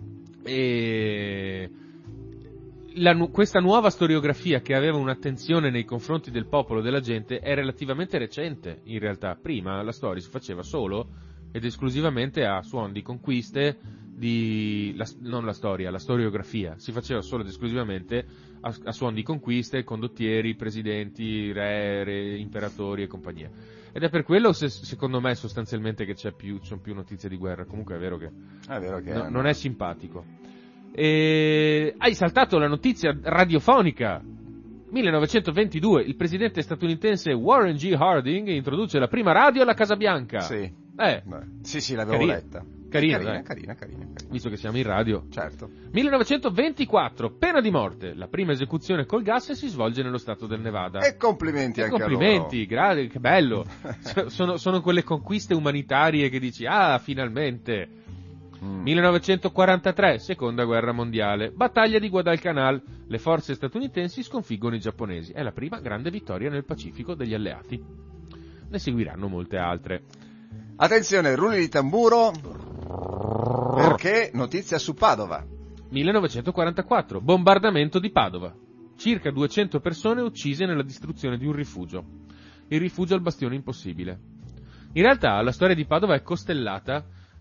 e la, nu- questa nuova storiografia che aveva un'attenzione nei confronti del popolo, della gente, è relativamente recente in realtà. Prima la storia si faceva solo ed esclusivamente a suon di conquiste, di, la, non la storia, la storiografia, si faceva solo ed esclusivamente a, a suon di conquiste, condottieri, presidenti, re, re, imperatori e compagnia. Ed è per quello, se, secondo me, sostanzialmente che c'è più, ci sono più notizie di guerra. Comunque è vero che, È vero che no- è- non è simpatico. E... hai saltato la notizia radiofonica. millenovecentoventidue, il presidente statunitense Warren G. Harding introduce la prima radio alla Casa Bianca. Sì. Eh, Beh, sì, sì, l'avevo Carina. letta. Carina, carina, dai. carina, carina, carina. visto che siamo in radio. Certo. millenovecentoventiquattro, pena di morte. La prima esecuzione col gas si svolge nello stato del Nevada. E complimenti E anche complimenti, gra- che bello. So- sono, sono quelle conquiste umanitarie che dici, ah, finalmente. a loro. Mm. millenovecentoquarantatré, seconda guerra mondiale, battaglia di Guadalcanal, le forze statunitensi sconfiggono i giapponesi, è la prima grande vittoria nel Pacifico degli alleati. Ne seguiranno molte altre. Attenzione, rulli di tamburo, perché notizia su Padova. millenovecentoquarantaquattro, bombardamento di Padova, circa duecento persone uccise nella distruzione di un rifugio, il rifugio al Bastione Impossibile. In realtà la storia di Padova è costellata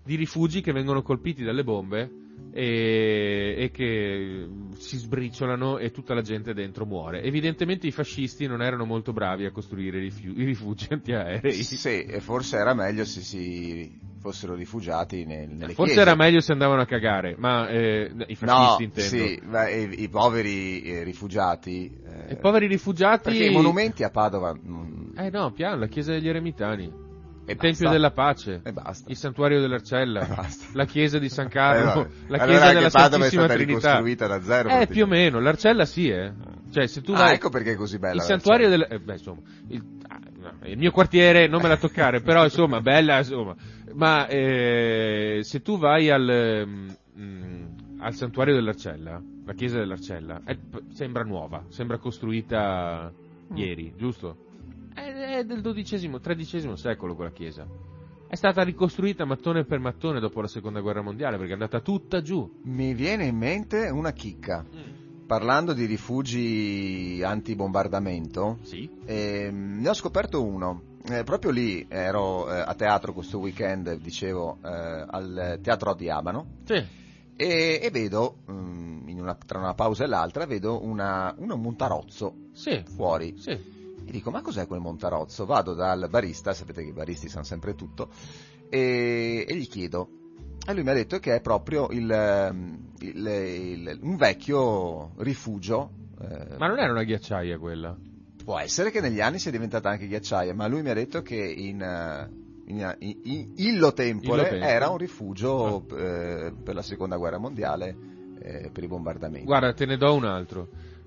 di rifugi che vengono colpiti dalle bombe e, e che si sbriciolano e tutta la gente dentro muore. Evidentemente i fascisti non erano molto bravi a costruire i, rifu- i rifugi antiaerei. Sì, e forse era meglio se si fossero rifugiati nel, nelle Forse chiese. era meglio se andavano a cagare, ma eh, i fascisti No, intendo. sì, ma i, i poveri eh, rifugiati... Eh, I poveri rifugiati... Perché i monumenti a Padova... Mm, Eh no, piano, la chiesa degli Eremitani. e Il basta. Tempio della Pace, E basta. il Santuario dell'Arcella, E basta. la chiesa di San Carlo, Eh, la allora chiesa anche della Padova è Santissima stata Trinità. ricostruita da zero. Eh, più o meno, l'Arcella sì, eh. Cioè, se tu Ah, vai... ecco perché è così bella. Il la santuario Vercelli. del... Eh, beh, insomma, il, ah, no, il mio quartiere, non me la toccare, però, insomma, bella, insomma. Ma, eh, se tu vai al, mm, al santuario dell'Arcella, la chiesa dell'Arcella, è- sembra nuova, sembra costruita ieri, giusto? È, è del dodicesimo, tredicesimo secolo quella chiesa. È stata ricostruita mattone per mattone dopo la seconda guerra mondiale, perché è andata tutta giù. Mi viene in mente una chicca. Parlando di rifugi antibombardamento, Sì. ehm, ne ho scoperto uno. Eh, proprio lì ero eh, a teatro questo weekend, dicevo, eh, al Teatro di Abano, Sì. e, e vedo, mm, in una, tra una pausa e l'altra, vedo una, uno montarozzo Sì. fuori. Sì. E dico, ma cos'è quel montarozzo? Vado dal barista, sapete che i baristi sanno sempre tutto, e, e gli chiedo. E lui mi ha detto che è proprio il, il, il, un vecchio rifugio. Eh, Ma non era una ghiacciaia quella? Può essere che negli anni sia diventata anche ghiacciaia, ma lui mi ha detto che in, in, in, in illo tempore Illo tempore. era un rifugio eh, per la seconda guerra mondiale, eh, per i bombardamenti. Guarda, te ne do un altro.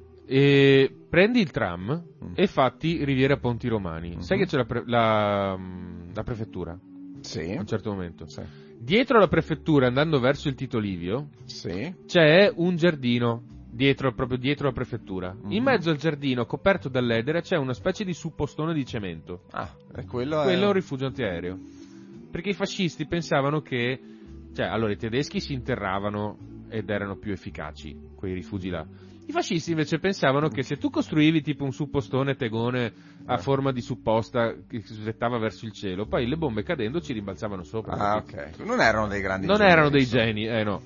E prendi il tram Mm. e fatti Riviera Ponti Romani. Mhm. Sai che c'è la, pre- la, la prefettura Sì, a un certo momento. sì, Dietro la prefettura, andando verso il Tito Livio, sì. c'è un giardino. Dietro, proprio dietro la prefettura. In Mhm. mezzo al giardino, coperto dall'edera, c'è una specie di suppostone di cemento. Ah, e quello, Quello è è un rifugio antiaereo. Perché i fascisti pensavano che, cioè, allora i tedeschi si interravano ed erano più efficaci, quei rifugi là. I fascisti invece pensavano che se tu costruivi tipo un suppostone tegone a Eh. forma di supposta che si svettava verso il cielo, poi le bombe cadendo ci rimbalzavano sopra. Ah, capito? ok. Non erano dei grandi Non geni, erano dei insomma. geni, eh no.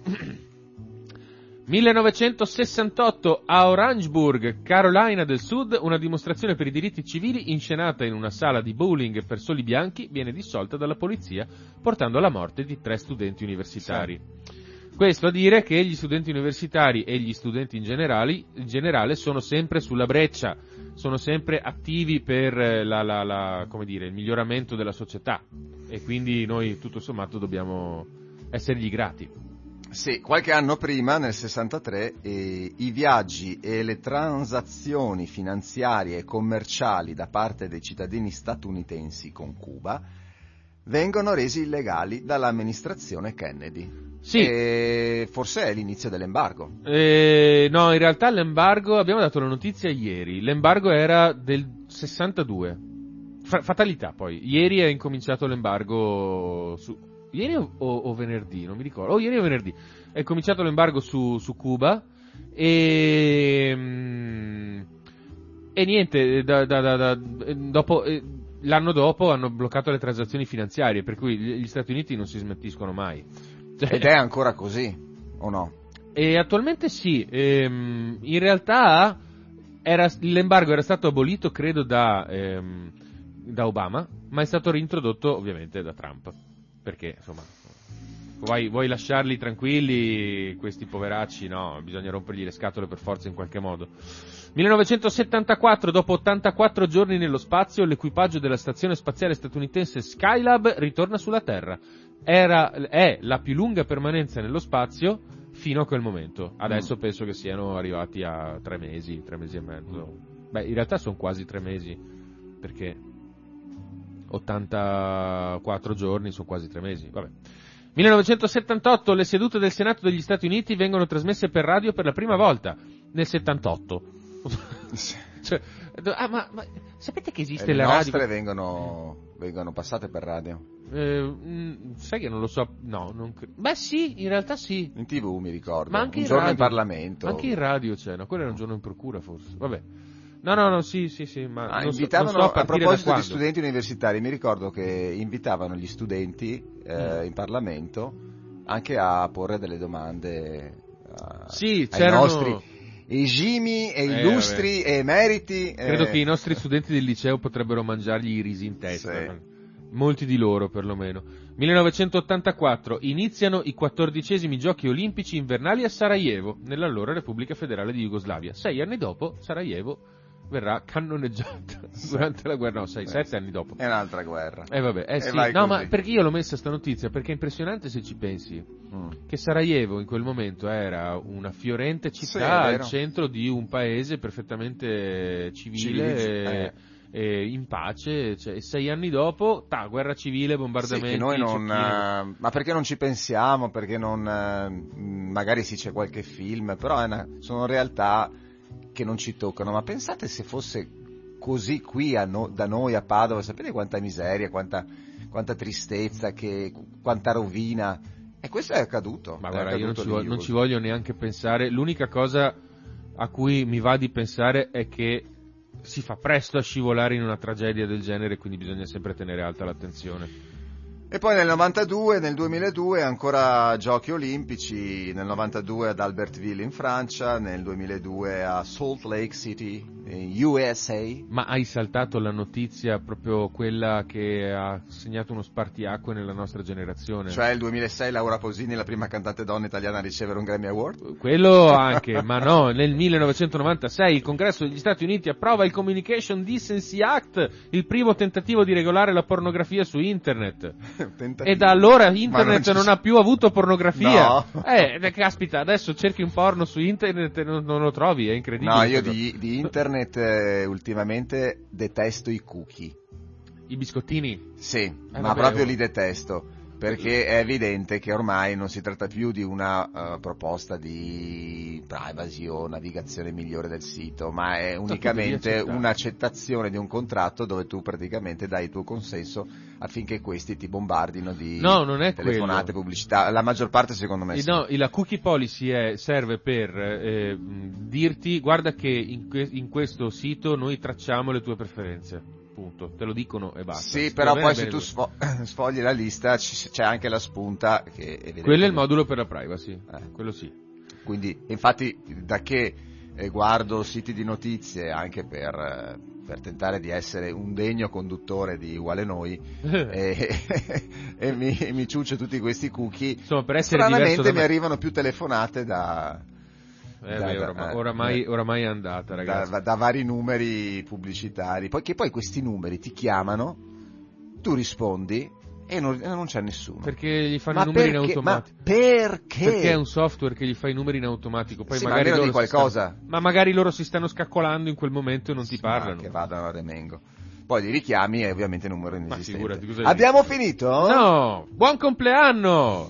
millenovecentosessantotto a Orangeburg, Carolina del Sud, una dimostrazione per i diritti civili inscenata in una sala di bowling per soli bianchi viene dissolta dalla polizia portando alla morte di tre studenti universitari. Questo a dire che gli studenti universitari e gli studenti in, generali, in generale sono sempre sulla breccia, sono sempre attivi per la, la, la, come dire, il miglioramento della società e quindi noi tutto sommato dobbiamo essergli grati. Sì, qualche anno prima, nel sessantatré, eh, i viaggi e le transazioni finanziarie e commerciali da parte dei cittadini statunitensi con Cuba vengono resi illegali dall'amministrazione Kennedy. Sì. E forse è l'inizio dell'embargo. Eh, no, in realtà l'embargo, abbiamo dato la notizia ieri, l'embargo era del sessantadue. Fa- fatalità poi, ieri è incominciato l'embargo su... Ieri o, o venerdì, non mi ricordo. Oh, ieri o venerdì. È cominciato l'embargo su, su Cuba e... mm, E niente, da, da, da, da, dopo... eh, l'anno dopo hanno bloccato le transazioni finanziarie, per cui gli gli Stati Uniti non si smentiscono mai. Cioè, Ed è ancora così, o no? E attualmente sì, ehm, in realtà era, l'embargo era stato abolito credo da, ehm, da Obama, ma è stato reintrodotto ovviamente da Trump, perché insomma vuoi, vuoi lasciarli tranquilli questi poveracci? No, bisogna rompergli le scatole per forza in qualche modo. millenovecentosettantaquattro, dopo ottantaquattro giorni nello spazio, l'equipaggio della stazione spaziale statunitense Skylab ritorna sulla Terra. Era, è la più lunga permanenza nello spazio fino a quel momento. Adesso Mm. penso che siano arrivati a tre mesi, tre mesi e mezzo. Beh, in realtà sono quasi tre mesi, perché ottantaquattro giorni sono quasi tre mesi. Vabbè. millenovecentosettantotto, le sedute del Senato degli Stati Uniti vengono trasmesse per radio per la prima volta, nel settantotto. Cioè, ah, ma, ma sapete che esiste E le la nostre radio? vengono, vengono passate per radio. Eh, mh, sai che non lo so, no, non cre- beh sì, in realtà sì, In tivù mi ricordo. ma anche un in giorno radio. in Parlamento. Anche in radio c'è, no, quello era un giorno in procura forse, vabbè. No, no, no, sì, sì, sì, ma Ah, non so, invitavano, non so a, a proposito da di studenti universitari, mi ricordo che invitavano gli studenti eh, Mm. in Parlamento anche a porre delle domande a, Sì, ai c'erano... nostri esimi e Eh, illustri e emeriti. Credo eh, che i nostri studenti del liceo potrebbero mangiargli i risi in testa. Sì. Molti di loro, perlomeno. millenovecentottantaquattro. Iniziano i quattordicesimi giochi olimpici invernali a Sarajevo, nell'allora Repubblica Federale di Jugoslavia. Sei anni dopo, Sarajevo verrà cannoneggiata durante la guerra. No, sei, sette anni dopo. È un'altra guerra. Eh vabbè, eh E sì. vai No, così. ma perché io l'ho messa sta notizia? Perché è impressionante se ci pensi. Mm. Che Sarajevo in quel momento era una fiorente Sì, città è al vero. centro di un paese perfettamente civile, Civile, e, e in pace, cioè, sei anni dopo, ta, guerra civile, Sì, bombardamenti, che noi non, cecchine. eh, ma perché non ci pensiamo, perché non, eh, mh, magari sì c'è qualche film, però è una- sono realtà che non ci toccano, ma pensate se fosse così qui a no- da noi a Padova, sapete quanta miseria, quanta, quanta tristezza, che, quanta rovina, e questo è accaduto. Ma è guarda, io non accaduto ci, lì, voglio, non ci così. voglio neanche pensare, l'unica cosa a cui mi va di pensare è che si fa presto a scivolare in una tragedia del genere, quindi bisogna sempre tenere alta l'attenzione. E poi nel novantadue, nel duemiladue ancora giochi olimpici, nel novantadue ad Albertville in Francia, nel duemiladue a Salt Lake City in U S A. Ma hai saltato la notizia, proprio quella che ha segnato uno spartiacque nella nostra generazione? Cioè il duemilasei Laura Pausini, la prima cantante donna italiana a ricevere un Grammy Award? Quello anche, ma no, nel millenovecentonovantasei il Congresso degli Stati Uniti approva il Communication Decency Act, il primo tentativo di regolare la pornografia su internet. Tentativo. E da allora Ma internet ci non, so- ha più avuto pornografia. No. Eh, eh, caspita, adesso cerchi un porno su internet e non, non lo trovi, è incredibile. No, io questo. di, di internet eh, ultimamente detesto i cookie. I biscottini? Sì, ma vabbè, proprio oh. li detesto. Perché è evidente che ormai non si tratta più di una uh, proposta di privacy o navigazione migliore del sito, ma è unicamente accettare. un'accettazione di un contratto dove tu praticamente dai il tuo consenso affinché questi ti bombardino di No, non è telefonate, quello. pubblicità. La maggior parte secondo me Eh, sì. No, la cookie policy è- serve per eh, mh, dirti guarda che in, que- in questo sito noi tracciamo le tue preferenze. Punto. Te lo dicono e basta. Sì, Si però va poi bene se tu così. sfo- sfogli la lista ci- c'è anche la spunta che evidentemente- Quello è il modulo per la privacy, Eh. quello sì. Quindi, infatti, da che eh, guardo siti di notizie anche per, eh, per tentare di essere un degno conduttore di Uguale Noi e, e mi, e mi ciuccio tutti questi cookie, Insomma, per essere diverso stranamente da mi me. arrivano più telefonate da, Eh, da- beh, da- ormai, eh, oramai, eh, oramai è andata, ragazzi. da, da vari numeri pubblicitari, poi che poi questi numeri ti chiamano, tu rispondi e non, e non c'è nessuno. Perché gli fanno Ma i numeri in perché? automatico. Ma perché? Perché è un software che gli fa i numeri in automatico. Poi Sì, ma magari almeno loro di si qualcosa. stanno- ma magari loro si stanno scaccolando in quel momento e non ti Sì, parlano. ma che vadano a remengo. Poi li richiami e ovviamente il numero inesistente. figurati, cosa Abbiamo finito? No! Buon compleanno!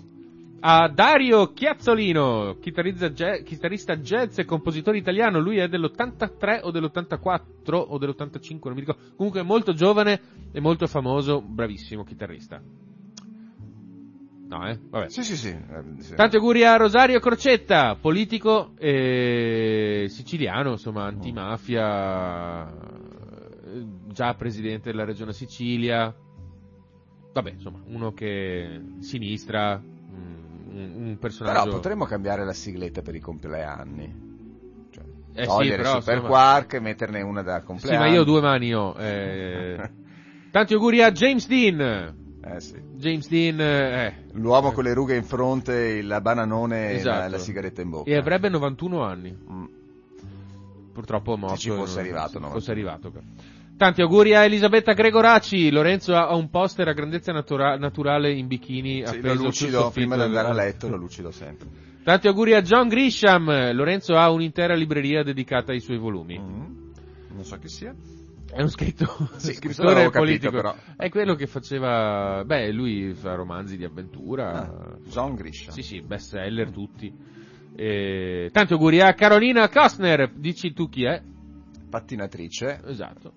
A Dario Chiazzolino, chitarrista jazz, chitarrista jazz e compositore italiano. Lui è dell'ottantatré o dell'ottantaquattro o dell'ottantacinque, non mi ricordo. Comunque è molto giovane e molto famoso, bravissimo chitarrista. No, eh? Vabbè. Sì, sì, sì. eh, sì. Tanti auguri a Rosario Crocetta, politico e siciliano, insomma, antimafia, eh, già presidente della regione Sicilia. Vabbè, insomma, uno che sinistra, un, un personaggio. Però potremmo cambiare la sigletta per i compleanni. Cioè, Eh sì, togliere però, Super insomma- Quark e metterne una da Sì, compleanno. ma io ho due mani ho. Eh. Tanti auguri a James Dean. Eh sì. James Dean, eh. L'uomo con le rughe in fronte, il bananone e Esatto. la, la sigaretta in bocca. E avrebbe novantuno anni. Mm. Purtroppo è morto. Se ci fosse eh, arrivato, se no? fosse arrivato. Tanti auguri a Elisabetta Gregoraci. Lorenzo ha un poster a grandezza natura- naturale in bikini Sì, appeso lo sul lucido, soffitto prima di del- andare a letto lo lucido sempre. Tanti auguri a John Grisham. Lorenzo ha un'intera libreria dedicata ai suoi volumi. Mm. Non so chi sia. È uno scritto, Sì, questo scrittore l'avevo capito, politico. però. È quello che faceva. Beh, lui fa romanzi di avventura. Ah, John Grisham. Sì, sì, best seller tutti. E... Tanti auguri a Carolina Costner. Dici tu chi è? Pattinatrice, Esatto.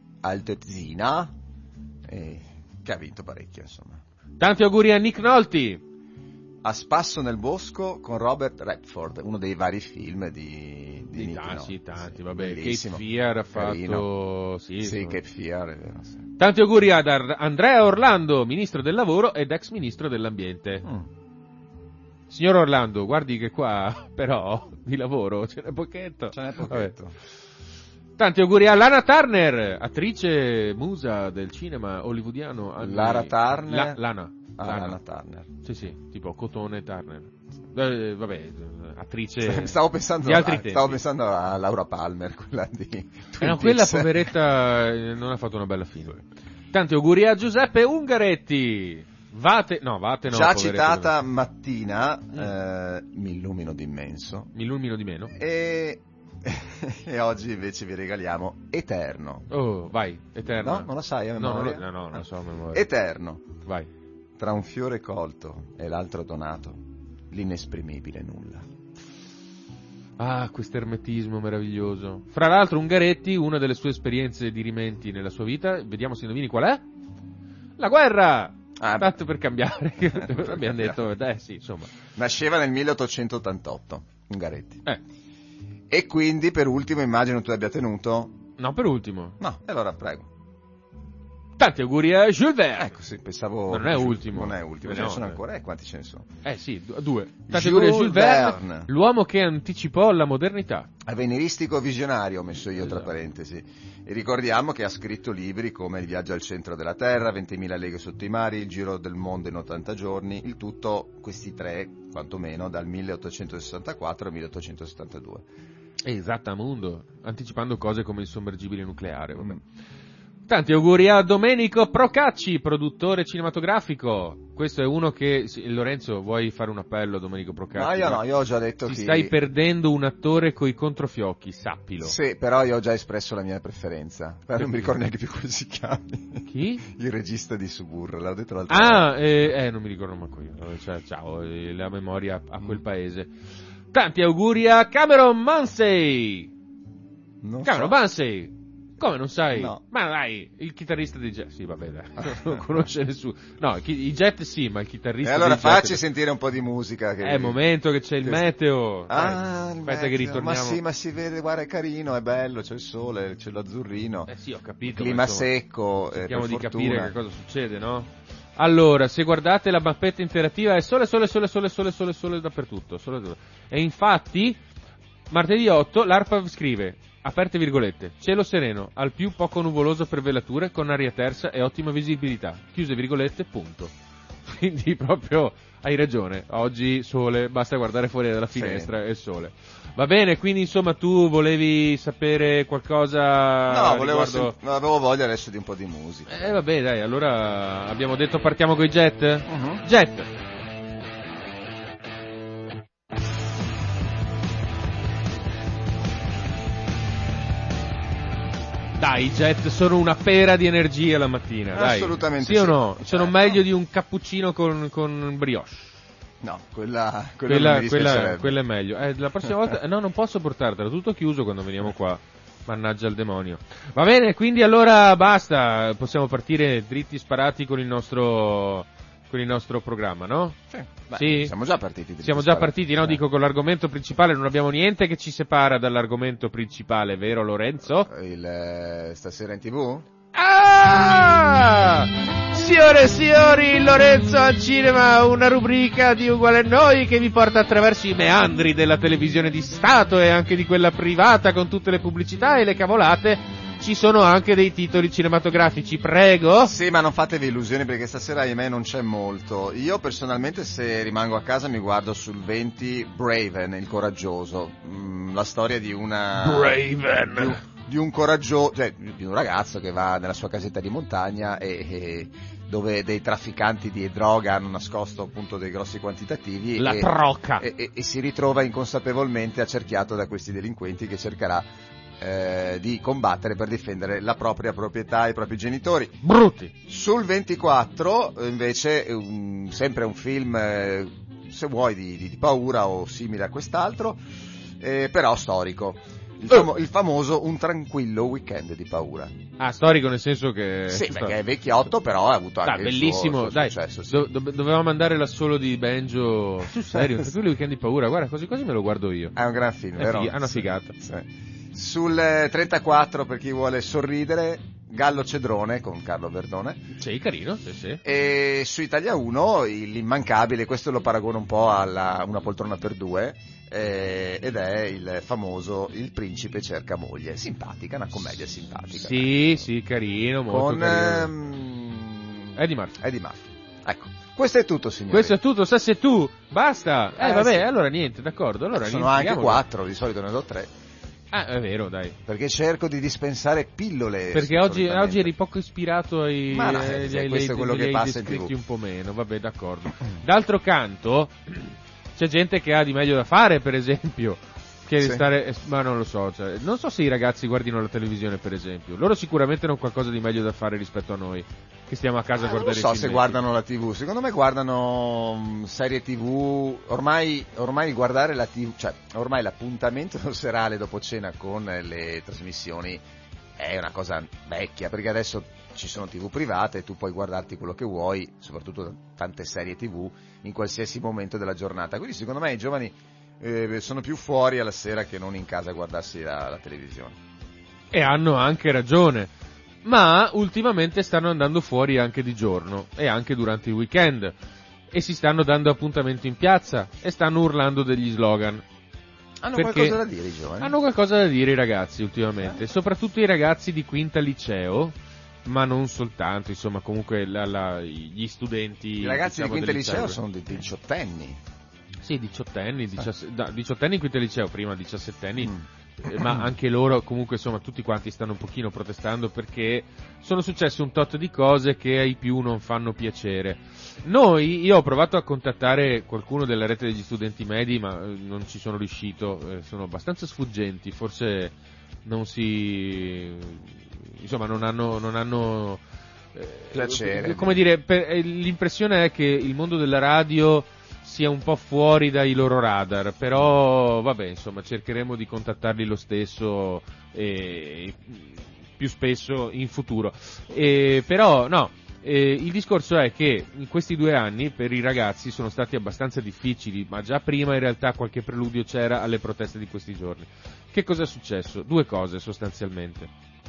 altezzina, e che ha vinto parecchio, insomma. Tanti auguri a Nick Nolte. A spasso nel bosco con Robert Redford, uno dei vari film di, di Nicky Nolte. Sì, tanti, vabbè. Bellissimo. Cape Fear ha Carino. fatto... Sì, Sì, insomma. Cape Fear, è vero. Sì. Tanti auguri ad Ar- Andrea Orlando, ministro del lavoro ed ex ministro dell'ambiente. Mm. Signor Orlando, guardi che qua, però, di lavoro ce n'è pochetto. Ce n'è pochetto. Vabbè. Tanti auguri a Lana Turner, attrice musa del cinema hollywoodiano. Anni... Lara Turner? La- Lana. Ah, Lana. Lana Turner. Sì, sì, tipo Cotone Turner. Eh, vabbè, attrice Stavo pensando, di altri a, tempi. stavo pensando a Laura Palmer, quella di Twin Eh no, quella Peaks. poveretta eh, non ha fatto una bella fine. Tanti auguri a Giuseppe Ungaretti. Vate, no, Vate no. Già poveretto, citata no. mattina, eh, mi illumino d'immenso. Mi illumino di meno. E, e oggi invece vi regaliamo Eterno. Oh, vai, Eterno. No, non la sai a No, non memoria? lo, no, no, non lo so a memoria. Eterno. Vai. Tra un fiore colto e l'altro donato, l'inesprimibile nulla. Ah, questo ermetismo meraviglioso. Fra l'altro Ungaretti, una delle sue esperienze dirimenti nella sua vita, vediamo se indovini qual è? La guerra! Ah, Tanto per cambiare. Abbiamo detto, eh sì, insomma. Nasceva nel milleottocentottantotto, Ungaretti. Eh, E quindi, per ultimo, immagino tu abbia tenuto... no, per ultimo. No, e allora prego. Tanti auguri a Jules Verne. Ecco, sì, pensavo... Non è ultimo. Non è ultimo, Eh, ce no, ne sono eh. ancora? Eh, quanti ce ne sono? Eh sì, du- due. Tanti Jules auguri a Jules Verne, Verne. l'uomo che anticipò la modernità. Avveniristico visionario, ho messo io tra Esatto. parentesi. E ricordiamo che ha scritto libri come Il viaggio al centro della Terra, ventimila leghe sotto i mari, Il giro del mondo in ottanta giorni, il tutto, questi tre, quantomeno, dal milleottocentosessantaquattro al milleottocentosettantadue. Esattamundo, anticipando cose come il sommergibile nucleare. Vabbè. Tanti auguri a Domenico Procacci, produttore cinematografico. Questo è uno che... sì, Lorenzo, vuoi fare un appello a Domenico Procacci? No, io no, io ho già detto Ti chi... stai perdendo un attore coi controfiocchi, sappilo. Sì, però io ho già espresso la mia preferenza. Però non mi ricordo neanche più come si chiama. Chi? Il regista di Suburra, l'avevo detto l'altra volta. Ah, eh, eh, non mi ricordo manco io. Cioè, ciao, eh, la memoria a quel paese. Tanti auguri a Cameron Mansey. Non Cameron so. Mansey. Come non sai? No. Ma dai, il chitarrista dei Jet. Sì, vabbè, dai, non lo conosce nessuno. No, i, i Jet sì, ma il chitarrista E allora dei Jet... facci sentire un po' di musica. Che... È il momento che c'è il che- meteo. Ah, Dai, il aspetta che meteo. ritorniamo. Ma sì, ma si vede, guarda, è carino, è bello, c'è il sole, c'è l'azzurrino. Eh sì, ho capito. Clima ma insomma, secco, eh, cerchiamo per di fortuna. capire che cosa succede, no? Allora, se guardate la mappetta interattiva è sole, sole, sole, sole, sole, sole, sole dappertutto. Sole, sole. E infatti, martedì otto, l'ARPAV scrive, aperte virgolette, cielo sereno, al più poco nuvoloso per velature, con aria tersa e ottima visibilità. Chiuse virgolette, punto. Quindi proprio hai ragione, oggi sole, basta guardare fuori dalla finestra e sole. Va bene, quindi insomma tu volevi sapere qualcosa No, volevo riguardo... sen- no, avevo voglia adesso di un po' di musica. Eh vabbè dai, allora abbiamo detto partiamo coi jet? Mhm. Jet! Dai, i jet sono una pera di energia la mattina, dai. Assolutamente sì. o sì. no? Sono Eh, meglio no. di un cappuccino con, con brioche. No, quella, quella, Quella, non mi quella, dispiacerebbe. quella è meglio. Eh, la prossima volta... No, non posso portartela, tutto chiuso quando veniamo qua. Mannaggia il demonio. Va bene, quindi allora basta, possiamo partire dritti sparati con il nostro con il nostro programma, no? Sì. Beh, Sì? Siamo già partiti. di Siamo già disparare. partiti, no? Eh. Dico con l'argomento principale, non abbiamo niente che ci separa dall'argomento principale, vero Lorenzo? Il, eh, stasera in tv? Ah! Signore e signori, Lorenzo al cinema, una rubrica di Uguale a Noi che vi porta attraverso i meandri della televisione di Stato e anche di quella privata con tutte le pubblicità e le cavolate. Ci sono anche dei titoli cinematografici, prego. Sì, ma non fatevi illusioni perché stasera ahimè non c'è molto. Io personalmente se rimango a casa mi guardo sul venti Braven, il coraggioso. Mm, la storia di una... Braven. Di un, di un coraggioso, cioè di un ragazzo che va nella sua casetta di montagna e... e dove dei trafficanti di droga hanno nascosto appunto dei grossi quantitativi La e, trocca. e, e, e si ritrova inconsapevolmente accerchiato da questi delinquenti che cercherà eh, di combattere per difendere la propria proprietà e i propri genitori. Brutti. Sul ventiquattro invece è un, sempre un film eh, se vuoi di, di, di paura o simile a quest'altro, eh, però storico. Il, famo- il famoso un tranquillo weekend di paura. Ah, storico nel senso che... Sì, perché è vecchiotto, però ha avuto anche dai, il bellissimo, suo, il suo dai, successo. Sì. do- do- dovevamo andare l'assolo di Benjo. Sul serio, un tranquillo weekend di paura, guarda, così così me lo guardo io. È un gran film, È vero? fig- è una Sì, figata. sì. Sul eh, trentaquattro, per chi vuole sorridere, Gallo Cedrone con Carlo Verdone. Sì, carino, sì, sì. E su Italia uno l'immancabile, questo lo paragono un po' alla Una poltrona per due, eh, ed è il famoso Il principe cerca moglie. Simpatica, una commedia simpatica. Sì, sì, carino, molto con carino. ehm, Eddie Murphy. Eddie Murphy. Ecco, questo è tutto, signori. Questo è tutto, Sassi e tu, basta. Eh, Eh, vabbè, sì. allora niente, d'accordo. Allora Sono niente, anche andiamo. quattro, di solito ne do tre, Ah, è vero, dai. perché cerco di dispensare pillole. Perché oggi, solitamente. oggi eri poco ispirato ai, Ma no, eh, eh, gli- ai- questo è quello li che hai passa in descritti tivù. un po' meno, vabbè, d'accordo. D'altro canto, c'è gente che ha di meglio da fare, per esempio, che Sì. stare, eh, ma non lo so, cioè, non so se i ragazzi guardino la televisione, per esempio. Loro sicuramente hanno qualcosa di meglio da fare rispetto a noi, che stiamo a casa a Eh, non guardare so i se filmetti. guardano la tivù, secondo me guardano mh, serie tivù, ormai, ormai guardare la tivù, cioè ormai l'appuntamento serale dopo cena con le trasmissioni è una cosa vecchia, perché adesso ci sono tivù private, tu puoi guardarti quello che vuoi, soprattutto tante serie tivù, in qualsiasi momento della giornata, quindi secondo me i giovani eh, sono più fuori alla sera che non in casa a guardarsi la, la televisione. E hanno anche ragione. Ma ultimamente stanno andando fuori anche di giorno e anche durante i weekend e si stanno dando appuntamenti in piazza e stanno urlando degli slogan. Hanno Perché qualcosa da dire i giovani? Hanno qualcosa da dire i ragazzi ultimamente, soprattutto i ragazzi di quinta liceo, ma non soltanto, insomma, comunque la, la, gli studenti. I ragazzi diciamo, di quinta del liceo sono dei diciottenni. Sì, diciottenni, diciassette, no, diciottenni in quinta liceo, prima diciassettenni. Mm. Eh, ma anche loro comunque insomma tutti quanti stanno un pochino protestando perché sono successe un tot di cose che ai più non fanno piacere. Noi, io ho provato a contattare qualcuno della rete degli studenti medi ma eh, non ci sono riuscito, eh, sono abbastanza sfuggenti, forse non si insomma non hanno non hanno eh, Piacere. come dire, per, eh, l'impressione è che il mondo della radio sia un po' fuori dai loro radar, però vabbè, insomma, cercheremo di contattarli lo stesso e più spesso in futuro. E, però no, eh, il discorso è che in questi due anni per i ragazzi sono stati abbastanza difficili, ma già prima in realtà qualche preludio c'era alle proteste di questi giorni. Che cosa è successo? Due cose sostanzialmente.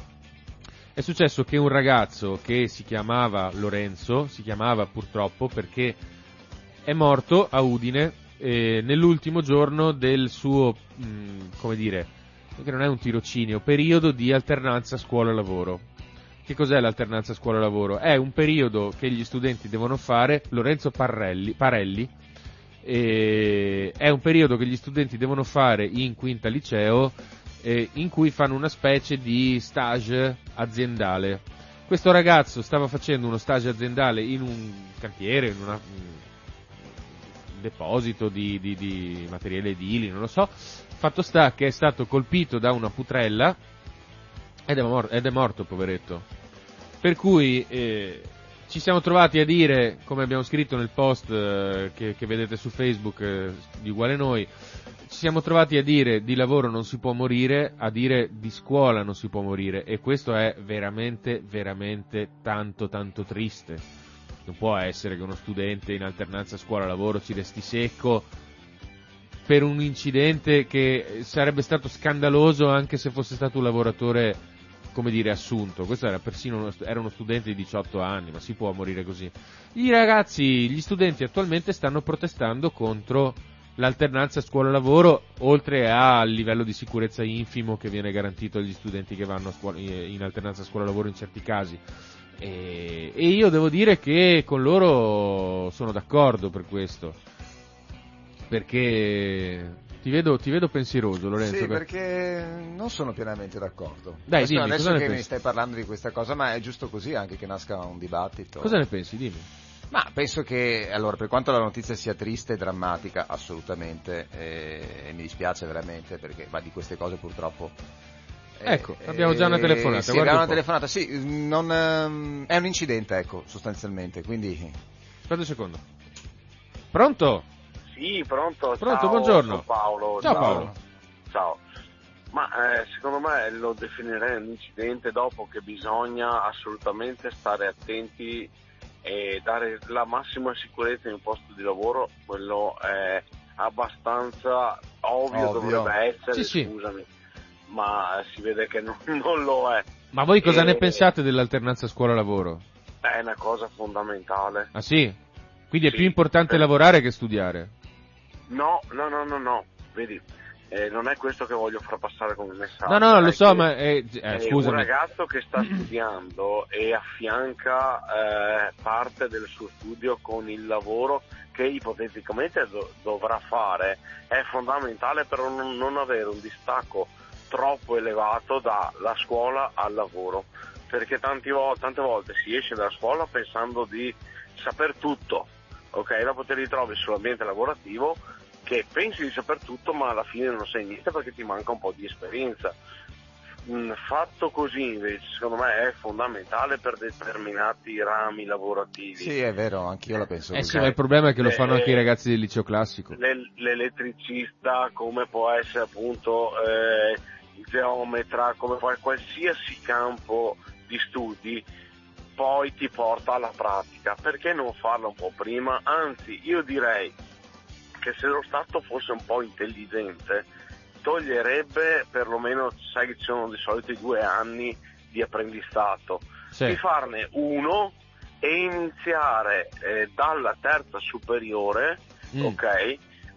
È successo che un ragazzo che si chiamava Lorenzo, si chiamava purtroppo perché è morto a Udine eh, nell'ultimo giorno del suo, mh, come dire, che non è un tirocinio, periodo di alternanza scuola-lavoro. Che cos'è l'alternanza scuola-lavoro? È un periodo che gli studenti devono fare, Lorenzo Parrelli, Parelli, eh, è un periodo che gli studenti devono fare in quinta liceo eh, in cui fanno una specie di stage aziendale. Questo ragazzo stava facendo uno stage aziendale in un cantiere, in una... deposito di, di, di materiali edili, non lo so. Fatto sta che è stato colpito da una putrella ed è, mor- ed è morto, poveretto. Per cui eh, ci siamo trovati a dire, come abbiamo scritto nel post eh, che, che vedete su Facebook eh, di Uguale Noi, ci siamo trovati a dire di lavoro non si può morire, a dire di scuola non si può morire, e questo è veramente, veramente tanto, tanto triste. Non può essere che uno studente in alternanza scuola-lavoro ci resti secco per un incidente che sarebbe stato scandaloso anche se fosse stato un lavoratore, come dire, assunto. Questo era persino uno, era uno studente di diciotto anni, ma si può morire così? I ragazzi, gli studenti attualmente stanno protestando contro l'alternanza scuola-lavoro, oltre al livello di sicurezza infimo che viene garantito agli studenti che vanno a scuola, in alternanza scuola-lavoro in certi casi. E, e io devo dire che con loro sono d'accordo per questo, perché ti vedo, ti vedo pensieroso, Lorenzo. Sì, perché non sono pienamente d'accordo. Dai, Questo dimmi, adesso cosa ne che mi pensi? stai parlando di questa cosa, ma è giusto così anche che nasca un dibattito. Cosa ne pensi? Dimmi. Ma penso che, allora, per quanto la notizia sia triste e drammatica, assolutamente, eh, e mi dispiace veramente perché ma di queste cose purtroppo. eh, Ecco, abbiamo già una telefonata, Sì, guarda abbiamo un una po'. telefonata, sì, non, ehm, è un incidente, ecco, sostanzialmente, quindi. Aspetta un secondo. Pronto? Sì, pronto. Pronto, ciao, buongiorno. sono Paolo. Ciao, Paolo. Ciao. Ma eh, secondo me lo definirei un incidente, dopo che bisogna assolutamente stare attenti e dare la massima sicurezza in un posto di lavoro, quello è abbastanza ovvio, Ovvio. dovrebbe essere, Sì, sì. scusami, ma si vede che non, non lo è. Ma voi cosa E- ne pensate dell'alternanza scuola-lavoro? È una cosa fondamentale. Ah sì? Quindi è Sì. più importante Eh. lavorare che studiare? No, no, no, no, no, vedi, eh, non è questo che voglio far passare come messaggio. No, no, è lo so, che, ma... Eh, eh, eh, scusami. un ragazzo che sta studiando e affianca eh, parte del suo studio con il lavoro che ipoteticamente do- dovrà fare, è fondamentale per non, non avere un distacco troppo elevato dalla scuola al lavoro, perché tanti vo- tante volte si esce dalla scuola pensando di saper tutto, ok? Dopo ti ritrovi sull'ambiente lavorativo che pensi di saper tutto, ma alla fine non sai niente perché ti manca un po' di esperienza. Mm, fatto così invece secondo me è fondamentale per determinati rami lavorativi. Sì, è vero, anch'io la penso Eh così. sì, ma il problema è che lo Eh, fanno anche i eh, ragazzi del liceo classico. L'el- l'elettricista, come può essere appunto eh, il geometra, come può qualsiasi campo di studi, poi ti porta alla pratica. Perché non farlo un po' prima? Anzi, io direi che se lo Stato fosse un po' intelligente, toglierebbe perlomeno, sai che ci sono di solito i due anni di apprendistato, Sì. di farne uno e iniziare eh, dalla terza superiore, Mm. ok,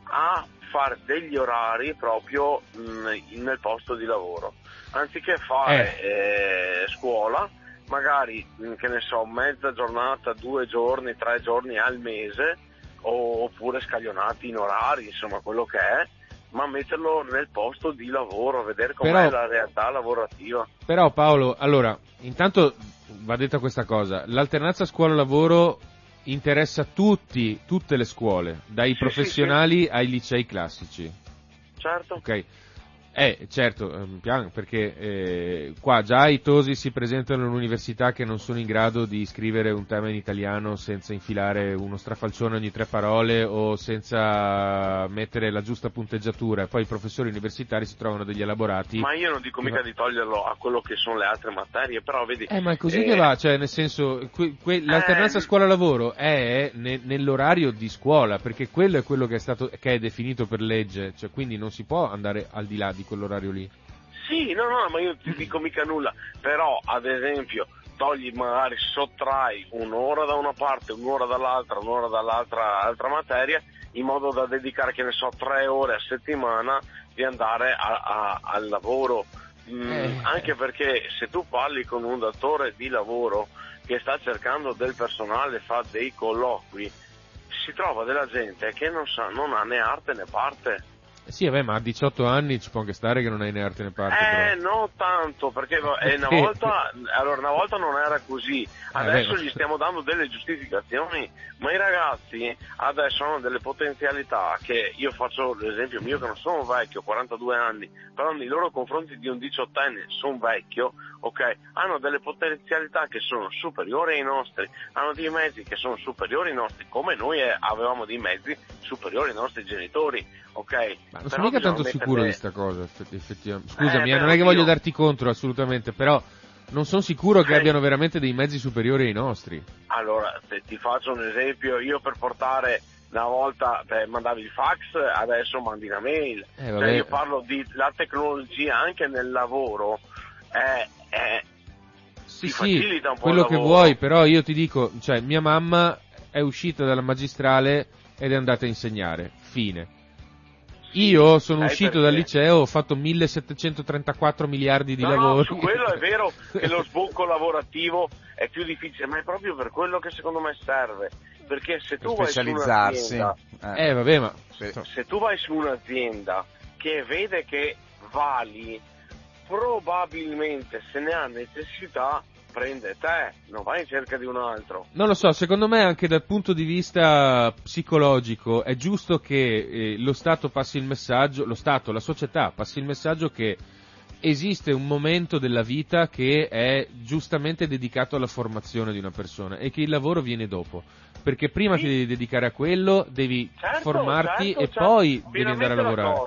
a fare degli orari proprio mh, nel posto di lavoro, anziché fare eh, scuola, magari mh, che ne so, mezza giornata, due giorni, tre giorni al mese, o, oppure scaglionati in orari, insomma quello che è, ma metterlo nel posto di lavoro, vedere com'è Però- la realtà lavorativa. Però Paolo, allora, intanto va detta questa cosa, l'alternanza scuola-lavoro interessa tutti, tutte le scuole, dai Sì, professionali sì, ai licei classici, Certo. ok? Eh, certo, ehm, pian- perché eh, qua già i tosi si presentano all'università che non sono in grado di scrivere un tema in italiano senza infilare uno strafalcione ogni tre parole o senza mettere la giusta punteggiatura, e poi i professori universitari si trovano degli elaborati. Ma io non dico mica di toglierlo a quello che sono le altre materie, però vedi... Eh, ma è così eh, che va, cioè nel senso, que- que- l'alternanza Eh, scuola-lavoro è ne- nell'orario di scuola, perché quello è quello che è stato, che è definito per legge, cioè quindi non si può andare al di là di quell'orario lì. Sì, no, no, ma io non ti dico mica nulla, però ad esempio togli, magari sottrai un'ora da una parte, un'ora dall'altra, un'ora dall'altra altra materia, in modo da dedicare, che ne so, tre ore a settimana di andare a, a, al lavoro. Mm, Eh. Anche perché se tu parli con un datore di lavoro che sta cercando del personale, fa dei colloqui, si trova della gente che non sa, non ha né arte né parte. Eh sì, vabbè, ma a diciotto anni ci può anche stare che non hai né arte né parte, Eh, però. non tanto, perché eh, una Sì. volta, allora, una volta non era così, adesso beh, ma- gli stiamo dando delle giustificazioni, ma i ragazzi adesso hanno delle potenzialità che io faccio l'esempio mio, che non sono vecchio, quarantadue anni, però nei loro confronti di un diciottenne sono vecchio, ok? Hanno delle potenzialità che sono superiori ai nostri, hanno dei mezzi che sono superiori ai nostri, come noi eh, avevamo dei mezzi superiori ai nostri genitori, ok? Ma non Però sono mica bisogna tanto mettere- sicuro di sta cosa, effetti- effettivamente. Scusami, Eh, eh, non beh, è che voglio oddio. darti contro, assolutamente, però non sono sicuro che Eh. abbiano veramente dei mezzi superiori ai nostri. Allora, se ti faccio un esempio, io per portare una volta, beh, mandavi il fax, adesso mandi una mail. Eh, Cioè, vabbè. io parlo di la tecnologia anche nel lavoro, è, è, Sì, ti sì, facilita un po' quello il che lavoro. vuoi, però io ti dico, cioè, mia mamma è uscita dalla magistrale ed è andata a insegnare, fine. Io sono sai uscito perché? dal liceo, ho fatto millesettecentotrentaquattro miliardi di No, no, lavori. su quello è vero che lo sbocco lavorativo è più difficile, ma è proprio per quello che secondo me serve, perché se Per tu vai su specializzarsi. un'azienda, Eh, vabbè, ma... Sì. se tu vai su un'azienda che vede che vali, probabilmente se ne ha necessità prende te, non vai in cerca di un altro. Non lo so, secondo me anche dal punto di vista psicologico è giusto che eh, lo Stato passi il messaggio, lo Stato, la società passi il messaggio che esiste un momento della vita che è giustamente dedicato alla formazione di una persona e che il lavoro viene dopo. Perché prima Sì. ti devi dedicare a quello, devi Certo, formarti certo, e certo, poi devi pienamente andare a lavorare. d'accordo.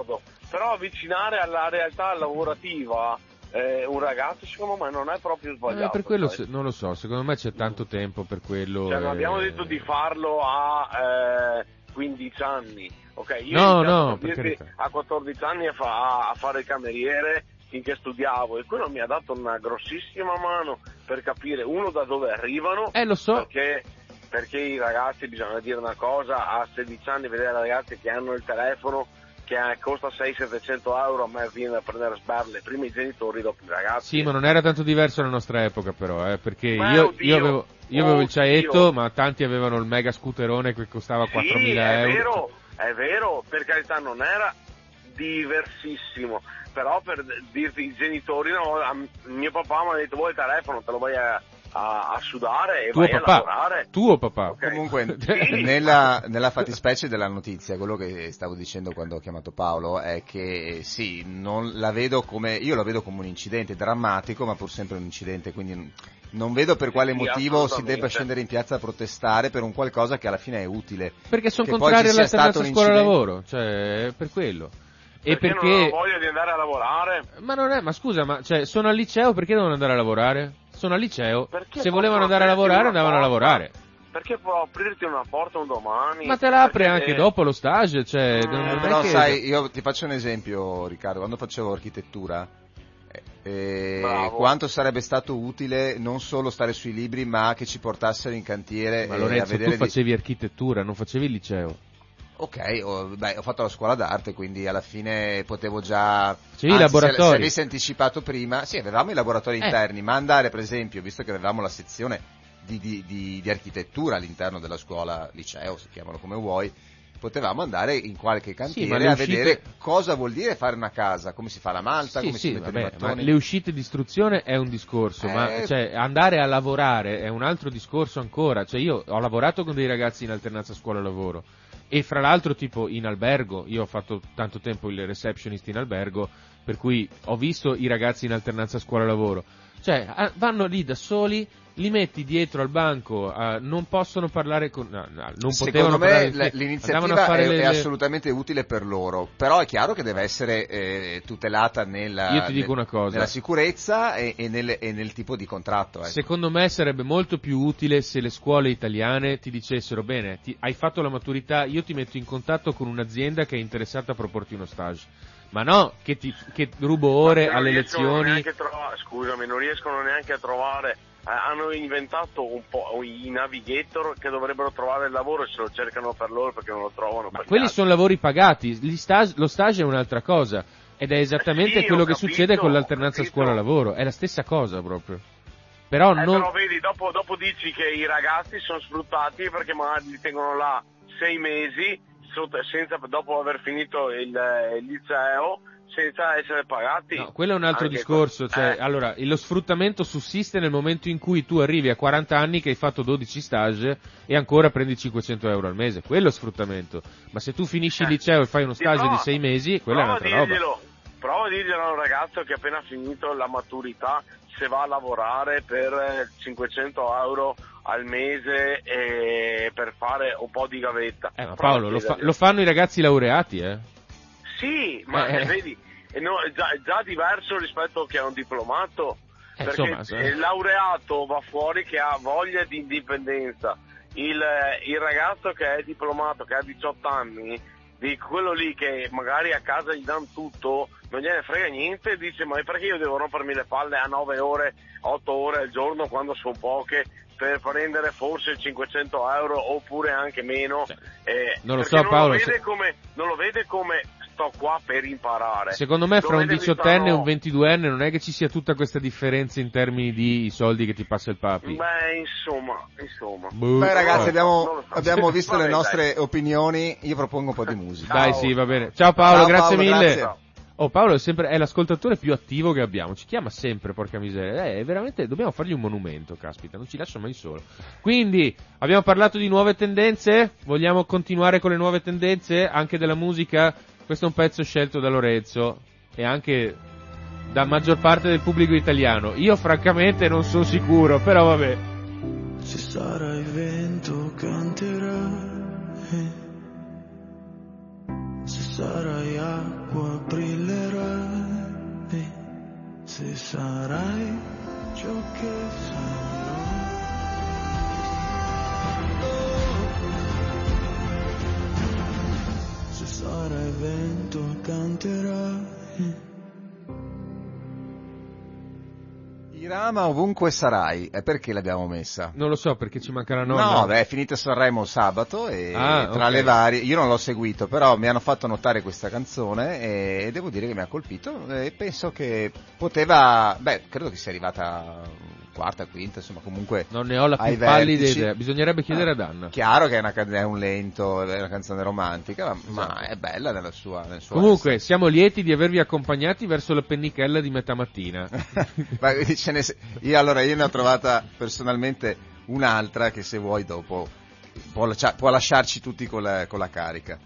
però avvicinare alla realtà lavorativa eh, un ragazzo secondo me non è proprio sbagliato. Eh, per quello sai. se, non lo so, secondo me c'è tanto tempo per quello. Cioè, non e... abbiamo detto di farlo a eh, quindici anni, ok? Io No, ho iniziato, no, per per dirti, carità. a quattordici anni a, fa- a fare il cameriere finché studiavo, e quello mi ha dato una grossissima mano per capire uno da dove arrivano, Eh, lo so. perché, perché i ragazzi, bisogna dire una cosa, a sedici anni vedere ragazzi che hanno il telefono che costa seicento settecento euro, a me viene a prendere sberle, prima i genitori, dopo i ragazzi. Sì, ma non era tanto diverso la nostra epoca però, eh, perché Beh, io, oddio, io avevo, io avevo il oddio. ciaetto, ma tanti avevano il mega scooterone che costava Sì, quattromila è euro. vero, è vero, per carità non era diversissimo, però per dirti i genitori, no, a- mio papà mi ha detto vuoi il telefono, te lo vai a, a, a sudare e Tuo vai a papà, lavorare. tuo papà. Ok. Comunque, Sì. nella, nella fattispecie della notizia, quello che stavo dicendo quando ho chiamato Paolo è che sì, non la vedo come, io la vedo come un incidente drammatico, ma pur sempre un incidente, quindi non vedo per quale Sì, motivo si assolutamente. debba scendere in piazza a protestare per un qualcosa che alla fine è utile. Perché sono Che poi contrari ci sia all'alternanza stato un scuola-lavoro, cioè, per quello. E Perché, perché... non ho voglia di andare a lavorare. Ma non è, ma scusa, ma cioè, sono al liceo, perché devono andare a lavorare? Sono al liceo, Perché se volevano possono andare a aprirti lavorare una andavano a porta? lavorare. Perché può aprirti una porta un domani? Ma te la apre Perché- anche dopo lo stage, cioè, Mm, non è Però che... sai, io ti faccio un esempio, Riccardo, quando facevo architettura, eh, Bravo. quanto sarebbe stato utile non solo stare sui libri, ma che ci portassero in cantiere Ma e Lorenzo, a vedere tu di- facevi architettura, non facevi il liceo. Ok, ho, beh, ho fatto la scuola d'arte, quindi alla fine potevo già... Facevi i anzi, se, laboratori. se avessi anticipato prima, sì, avevamo i laboratori Eh. interni, ma andare per esempio, visto che avevamo la sezione di, di, di, di architettura all'interno della scuola, liceo, si chiamano come vuoi, potevamo andare in qualche cantiere ma le a uscite- vedere cosa vuol dire fare una casa, come si fa la malta, Sì, come sì, si mettono vabbè, i mattoni. ma le uscite di istruzione è un discorso, Eh. ma cioè, andare a lavorare è un altro discorso ancora. Cioè, io ho lavorato con dei ragazzi in alternanza scuola-lavoro e fra l'altro tipo in albergo, io ho fatto tanto tempo il receptionist in albergo, per cui ho visto i ragazzi in alternanza scuola-lavoro. Cioè, a- vanno lì da soli, li metti dietro al banco, eh, non possono parlare con... no, no, non potevano Secondo me parlare... l- andavano a l'iniziativa fare è, le- è le- assolutamente utile per loro, però è chiaro che deve essere eh, tutelata nella, Io ti dico nel- una cosa. nella sicurezza e, e nel, e nel tipo di contratto. Ecco. Secondo me sarebbe molto più utile se le scuole italiane ti dicessero bene, ti- hai fatto la maturità, io ti metto in contatto con un'azienda che è interessata a proporti uno stage. Ma no, che, ti, che rubo ore Ma non alle riescono lezioni. neanche a trova- scusami, non riescono neanche a trovare. eh, hanno inventato un po' i navigator che dovrebbero trovare il lavoro e se lo cercano per loro perché non lo trovano. Ma per gli quelli altri. sono lavori pagati, gli stage- lo stage è un'altra cosa. Ed è esattamente Sì, quello ho che capito, succede con ho l'alternanza capito. scuola-lavoro. È la stessa cosa proprio. Però Eh, non... però vedi, dopo, dopo dici che i ragazzi sono sfruttati perché magari li tengono là sei mesi sotto- senza, dopo aver finito il, il liceo senza essere pagati. No, quello è un altro Anche discorso, que- cioè, eh. allora, lo sfruttamento sussiste nel momento in cui tu arrivi a quaranta anni che hai fatto dodici stage e ancora prendi cinquecento euro al mese, quello è sfruttamento, ma se tu finisci il Eh. liceo e fai uno Sì, stage prova- di sei mesi, quella è prova un'altra a roba. dirglielo, prova a dirglielo a un ragazzo che ha appena finito la maturità, se va a lavorare per eh, cinquecento euro al mese e per fare un po' di gavetta. Eh, ma Prova Paolo, a lo, fa- chiederglielo. lo fanno i ragazzi laureati, eh? Sì, ma Eh, eh. vedi, è, no, è già, è già diverso rispetto a che è un diplomato, Eh, perché insomma, se- il laureato va fuori che ha voglia di indipendenza, il, il ragazzo che è diplomato, che ha diciotto anni, di quello lì che magari a casa gli danno tutto, non gliene frega niente, dice ma perché io devo rompermi le palle a nove ore, otto ore al giorno quando sono poche, per prendere forse cinquecento euro oppure anche meno. Cioè, eh, non lo perché so, non Paolo, Lo vede se- come, non lo vede come sto qua per imparare. Secondo me Lo fra un vede mi diciottenne e fanno- un ventiduenne non è che ci sia tutta questa differenza in termini di i soldi che ti passa il papi. Beh, insomma, insomma. Boh. Beh ragazzi, Vabbè. abbiamo, Non lo so. abbiamo visto Vabbè, le dai. nostre opinioni, io propongo un po' di musica. Dai, Ciao. sì, va bene. Ciao Paolo, Ciao, grazie Paolo, mille. grazie. Oh, Paolo è sempre è l'ascoltatore più attivo che abbiamo. Ci chiama sempre, porca miseria. Eh, veramente dobbiamo fargli un monumento, caspita, non ci lascia mai solo. Quindi, abbiamo parlato di nuove tendenze? Vogliamo continuare con le nuove tendenze anche della musica? Questo è un pezzo scelto da Lorenzo e anche da maggior parte del pubblico italiano. Io francamente non sono sicuro, però vabbè. Se sarai vento canterai, se sarai acqua l'acqua brillerai, se sarai ciò che sarò. Se sarai vento canterai. Irama ovunque sarai, e perché l'abbiamo messa? Non lo so, perché ci manca la nonna. No, beh, è finito Sanremo sabato e Ah, tra ok. le varie, io non l'ho seguito, però mi hanno fatto notare questa canzone e, e devo dire che mi ha colpito e penso che poteva, beh, credo che sia arrivata quarta, quinta, insomma, comunque Non ne ho la ai più pallida vertici. idea. Bisognerebbe chiedere Ah, ad Anna. Chiaro che è, una, can- è un lento, è una canzone romantica, ma, ma Esatto. è bella nella sua, nel suo Comunque, essere. siamo lieti di avervi accompagnati verso la pennichella di metà mattina. Ma ce ne se- io allora io ne ho trovata personalmente un'altra che se vuoi dopo può, lascia- può lasciarci tutti con la, con la carica.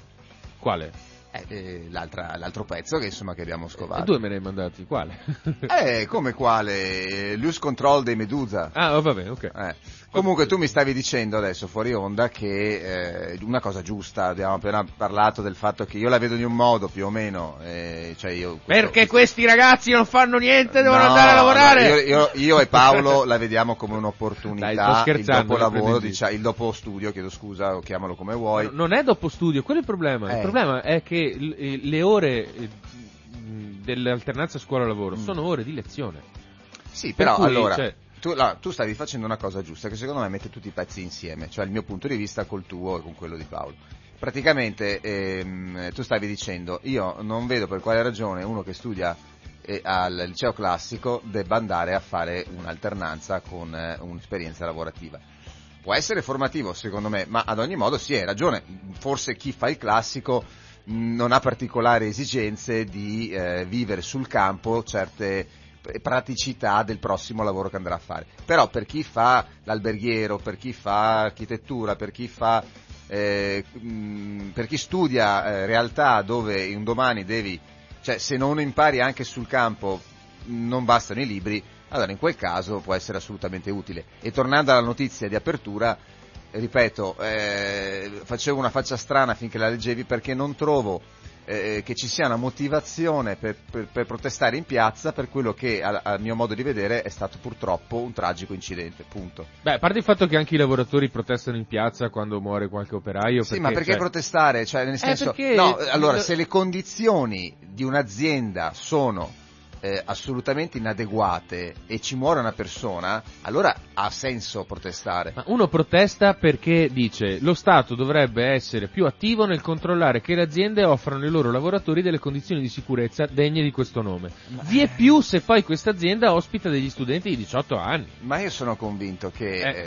Quale? Eh, eh, l'altra- l'altro pezzo che insomma che abbiamo E scovato. due me ne hai mandati. Quale? Eh, come quale? Lose Control dei Medusa. Ah, oh, va bene, ok. Eh. Comunque tu mi stavi dicendo adesso fuori onda che eh, una cosa giusta, abbiamo appena parlato del fatto che io la vedo in un modo più o meno, eh, cioè io, Perché questi ragazzi non fanno niente, devono No, andare a lavorare. no, io, io- io e Paolo la vediamo come un'opportunità, Dai, sto scherzando, il dopo lavoro, prendi in diciamo, il dopo studio, chiedo scusa, o chiamalo come vuoi. No, non è dopo studio, quello è il problema. Eh. Il problema è che l- eh, le ore eh, mh, dell'alternanza scuola-lavoro Mm. sono ore di lezione. Sì, Per però cui, allora cioè- tu, no, tu stavi facendo una cosa giusta che secondo me mette tutti i pezzi insieme, cioè il mio punto di vista col tuo e con quello di Paolo. Praticamente ehm, tu stavi dicendo io non vedo per quale ragione uno che studia eh, al liceo classico debba andare a fare un'alternanza con eh, un'esperienza lavorativa. Può essere formativo secondo me, ma ad ogni modo sì, hai ragione, forse chi fa il classico mh, non ha particolari esigenze di eh, vivere sul campo certe praticità del prossimo lavoro che andrà a fare. Però per chi fa l'alberghiero, per chi fa architettura, per chi fa eh, mh, per chi studia eh, realtà dove un domani devi, cioè se non impari anche sul campo non bastano i libri, allora in quel caso può essere assolutamente utile. E tornando alla notizia di apertura, ripeto, eh, facevo una faccia strana finché la leggevi perché non trovo eh, che ci sia una motivazione per, per, per protestare in piazza per quello che a, a mio modo di vedere è stato purtroppo un tragico incidente, punto. Beh, a parte il fatto che anche i lavoratori protestano in piazza quando muore qualche operaio. Sì, perché, ma perché cioè, protestare? Cioè, nel senso, perché- no, allora, se le condizioni di un'azienda sono eh, assolutamente inadeguate e ci muore una persona, allora ha senso protestare. Ma uno protesta perché dice lo Stato dovrebbe essere più attivo nel controllare che le aziende offrano ai loro lavoratori delle condizioni di sicurezza degne di questo nome. Vie più se poi questa azienda ospita degli studenti di diciotto anni. Ma io sono convinto che Eh. eh,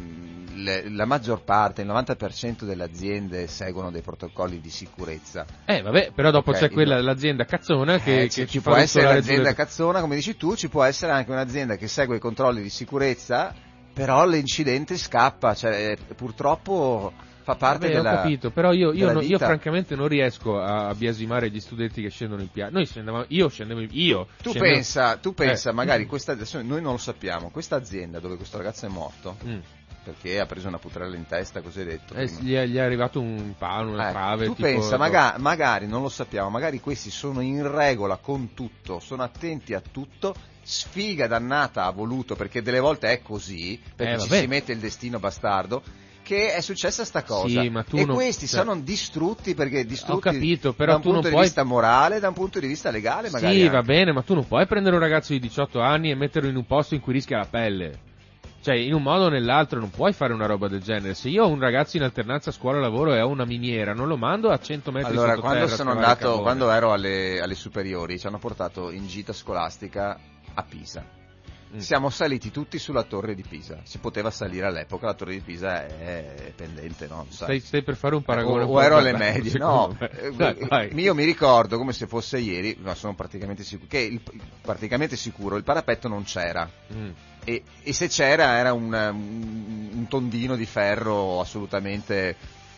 mh, le- la maggior parte, il novanta per cento delle aziende seguono dei protocolli di sicurezza. Eh vabbè, però dopo Ok, c'è quella, il- l'azienda cazzona che, Eh, che ci, ci ci fa può essere rotolare l'azienda sulle- cazzona, come dici tu, ci può essere anche un'azienda che segue i controlli di sicurezza, però l'incidente scappa, cioè eh, purtroppo fa parte Vabbè, della... ho capito, però io, io, della no- io vita. francamente non riesco a, a biasimare gli studenti che scendono in piazza. Noi scendevamo, io scendevo in io. Tu scendevo- pensa, tu pensa Eh. magari questa, adesso noi non lo sappiamo, questa azienda dove questo ragazzo è morto, Mm. perché ha preso una putrella in testa, così hai detto. Eh, prima. gli, è, gli è arrivato un palo, una Eh, trave. tu tipo- pensa, maga- magari, non lo sappiamo, magari questi sono in regola con tutto, sono attenti a tutto, sfiga dannata ha voluto, perché delle volte è così, perché Eh, ci vabbè. si mette il destino bastardo, che è successa sta cosa. Sì, ma tu e non- questi cioè- sono distrutti perché distrutti Ho capito, però da un tu non punto puoi- di vista morale, da un punto di vista legale magari. Sì, anche. va bene, ma tu non puoi prendere un ragazzo di diciotto anni e metterlo in un posto in cui rischia la pelle. Cioè, in un modo o nell'altro non puoi fare una roba del genere. Se io ho un ragazzo in alternanza scuola-lavoro e ho una miniera, non lo mando a cento metri Allora, sottoterra quando a sono scavare andato, carbone. quando ero alle, alle superiori, ci hanno portato in gita scolastica a Pisa. Mm. Siamo saliti tutti sulla torre di Pisa. Si poteva salire all'epoca, la torre di Pisa è pendente, no? Sai. Stai, stai per fare un paragone. o, un o po' ero alle sbagliato, medie, secondo no, me. eh, Dai, vai. io mi ricordo come se fosse ieri, ma sono praticamente sicuro, che il, praticamente sicuro il parapetto non c'era. Mm. E, e se c'era era un, un, un tondino di ferro assolutamente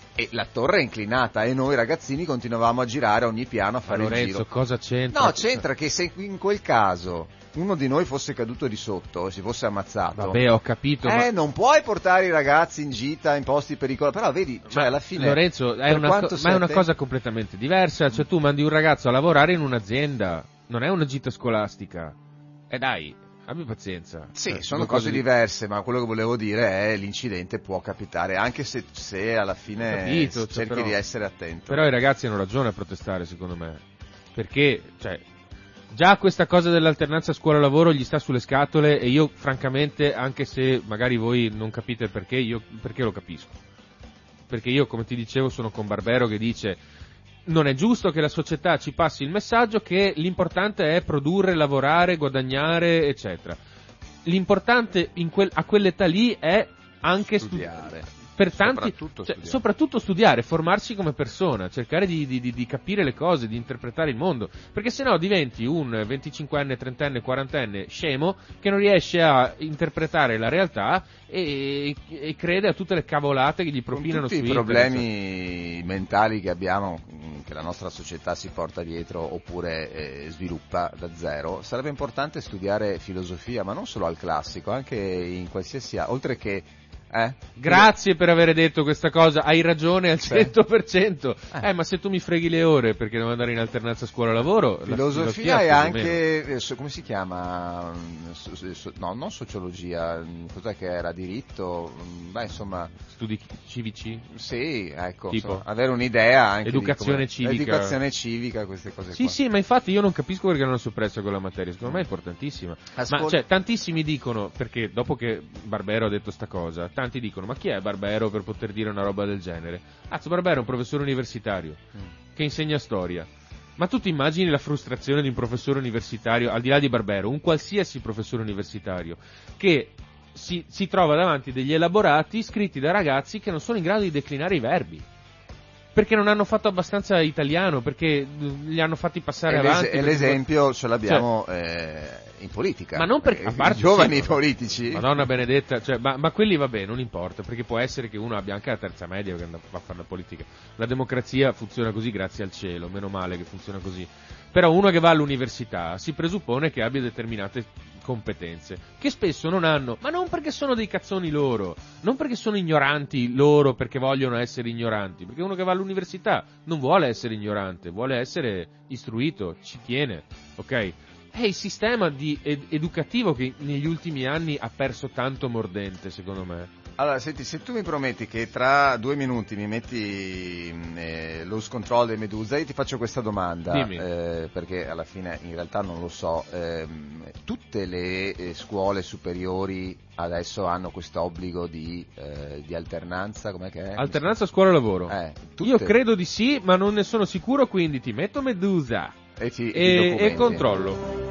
e la torre è inclinata e noi ragazzini continuavamo a girare ogni piano a fare Ma il Lorenzo, giro. cosa c'entra? No, c'entra che se in quel caso uno di noi fosse caduto di sotto e si fosse ammazzato, Vabbè, ho capito, eh, ma... non puoi portare i ragazzi in gita in posti pericolosi, però vedi, cioè alla fine Lorenzo, è una, co- ma è una cosa completamente diversa, cioè tu mandi un ragazzo a lavorare in un'azienda, non è una gita scolastica. E eh dai, abbi pazienza. Sì, eh, sono cose di... diverse, ma quello che volevo dire è l'incidente può capitare, anche se, se alla fine capito, cioè, cerchi però, di essere attento. Però i ragazzi hanno ragione a protestare, secondo me, perché, cioè, già questa cosa dell'alternanza scuola-lavoro gli sta sulle scatole e io, francamente, anche se magari voi non capite il perché, io perché lo capisco. Perché io, come ti dicevo, sono con Barbero che dice non è giusto che la società ci passi il messaggio che l'importante è produrre, lavorare, guadagnare, eccetera. L'importante in quel, a quell'età lì è anche studiare. Studi- per tanti, soprattutto, cioè, studiare. soprattutto studiare, formarsi come persona, cercare di, di, di capire le cose, di interpretare il mondo, perché sennò diventi un venticinquenne, trentenne, quarantenne scemo che non riesce a interpretare la realtà e, e crede a tutte le cavolate che gli propinano tutti su i internet. problemi mentali che abbiamo, che la nostra società si porta dietro oppure eh, sviluppa da zero, sarebbe importante studiare filosofia, ma non solo al classico, anche in qualsiasi, oltre che Eh? Grazie per aver detto questa cosa, hai ragione al Sì. cento per cento. Eh. Eh, ma se tu mi freghi le ore perché devo andare in alternanza scuola-lavoro, Filosofia la e filosofia anche, eh, so- come si chiama? Mm, so- so- no, non sociologia, mm, cos'è che era? Diritto? Mm, Beh, insomma, studi civici? sì, ecco, Tipo? insomma, avere un'idea anche Educazione di come- civica. Educazione civica, queste cose Sì, qua. sì, ma infatti io non capisco perché non ho soppresso quella materia, secondo me è importantissima. Ascol- Ma cioè, tantissimi dicono, perché dopo che Barbero ha detto sta cosa, tanti dicono, ma chi è Barbero per poter dire una roba del genere? Azzo, Barbero è un professore universitario Mm. che insegna storia. Ma tu ti immagini la frustrazione di un professore universitario, al di là di Barbero, un qualsiasi professore universitario, che si, si trova davanti degli elaborati scritti da ragazzi che non sono in grado di declinare i verbi? Perché non hanno fatto abbastanza italiano, perché li hanno fatti passare E, avanti. l'es- e perché l'esempio ce l'abbiamo eh, in politica. Ma non perché, Eh, a parte i giovani sì, politici. Madonna benedetta, cioè, ma, ma quelli vabbè, non importa, perché può essere che uno abbia anche la terza media che va a fare la politica. La democrazia funziona così, grazie al cielo, meno male che funziona così. Però uno che va all'università si presuppone che abbia determinate competenze, che spesso non hanno, ma non perché sono dei cazzoni loro, non perché sono ignoranti loro perché vogliono essere ignoranti, perché uno che va all'università non vuole essere ignorante, vuole essere istruito, ci tiene, ok? È il sistema di ed- educativo che negli ultimi anni ha perso tanto mordente, secondo me. Allora, senti, se tu mi prometti che tra due minuti mi metti mh, eh, Lose Control dei Medusa, io ti faccio questa domanda, Dimmi. eh, perché alla fine in realtà non lo so. Ehm, tutte le eh, scuole superiori adesso hanno questo obbligo di, eh, di alternanza, com'è che è? Alternanza scuola-lavoro. Eh, tutte. Io credo di sì, ma non ne sono sicuro, quindi ti metto Medusa E, ti, e, ti e documenti. controllo.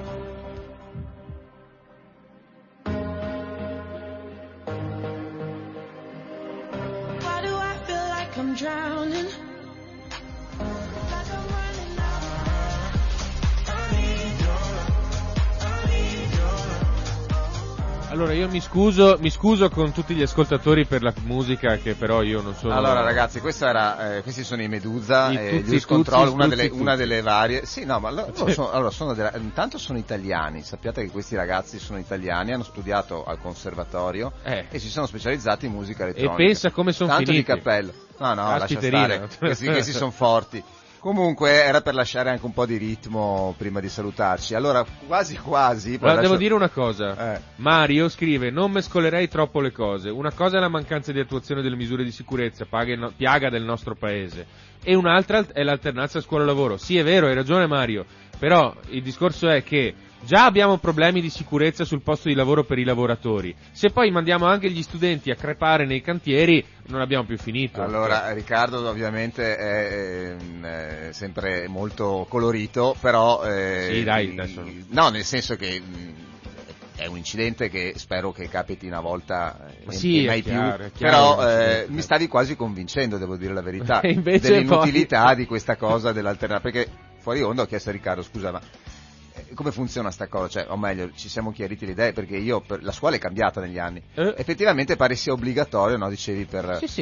Why do I feel like I'm drowning? Like I'm running out. I need your, I need your. Allora io mi scuso, mi scuso con tutti gli ascoltatori per la musica, che però io non sono... Allora ragazzi, questo era, eh, questi sono i Medusa, I eh, Tuzzi Lose Control, Tuzzi, una, Tuzzi delle, Tuzzi. una delle varie. Sì, no, ma loro Sì. sono, allora, sono della- intanto sono italiani, sappiate che questi ragazzi sono italiani, hanno studiato al conservatorio Eh. e si sono specializzati in musica E elettronica. pensa come sono Tanto finiti. di cappello. No, no, lascia Caspiterina. stare, questi, questi sono forti. Comunque era per lasciare anche un po' di ritmo prima di salutarci. Allora, quasi quasi... poi Allora, lascio- devo dire una cosa. Eh. Mario scrive: non mescolerei troppo le cose. Una cosa è la mancanza di attuazione delle misure di sicurezza, paga il no- piaga del nostro paese, e un'altra è l'alternanza scuola-lavoro. Sì, è vero, hai ragione Mario, però il discorso è che già abbiamo problemi di sicurezza sul posto di lavoro per i lavoratori. Se poi mandiamo anche gli studenti a crepare nei cantieri, non abbiamo più finito. Allora, Riccardo ovviamente è, ehm, è sempre molto colorito, però... eh, Sì, dai, adesso. No, nel senso che mh, è un incidente che spero che capiti una volta eh, Ma e- sì, e è mai chiaro, più, è chiaro però che è un eh, incidente. mi stavi quasi convincendo, devo dire la verità, E invece dell'inutilità poi- di questa cosa dell'alternativa, perché fuori onda ho chiesto a Riccardo, scusa, ma eh, come funziona sta cosa? Cioè, o meglio, ci siamo chiariti le idee, perché io, per, la scuola è cambiata negli anni, Eh. effettivamente pare sia obbligatorio, no, dicevi per... Sì, sì.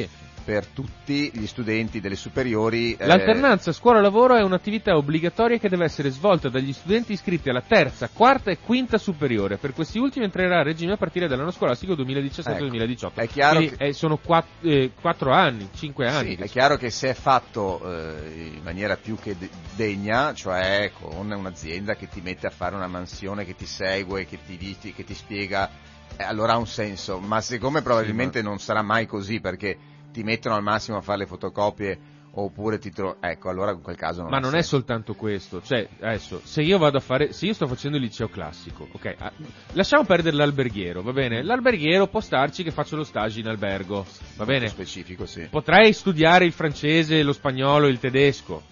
per tutti gli studenti delle superiori. Eh... L'alternanza scuola-lavoro è un'attività obbligatoria che deve essere svolta dagli studenti iscritti alla terza, quarta e quinta superiore. Per questi ultimi entrerà a regime a partire dall'anno scolastico duemiladiciassette duemiladiciotto. Ecco, è chiaro Quindi, che... eh, sono quattro, eh, quattro anni, cinque anni. Sì, è chiaro che se è fatto eh, in maniera più che de- degna, cioè con un'azienda che ti mette a fare una mansione, che ti segue, che ti dici, che ti spiega, eh, allora ha un senso. Ma siccome probabilmente sì, ma... non sarà mai così, perché ti mettono al massimo a fare le fotocopie oppure ti tro- ecco, allora in quel caso non ma ha non senso. È soltanto questo, cioè adesso se io vado a fare, se io sto facendo il liceo classico, ok, ah, lasciamo perdere l'alberghiero, va bene, l'alberghiero può starci che faccio lo stage in albergo, va bene, molto specifico, sì. Potrei studiare il francese, lo spagnolo, il tedesco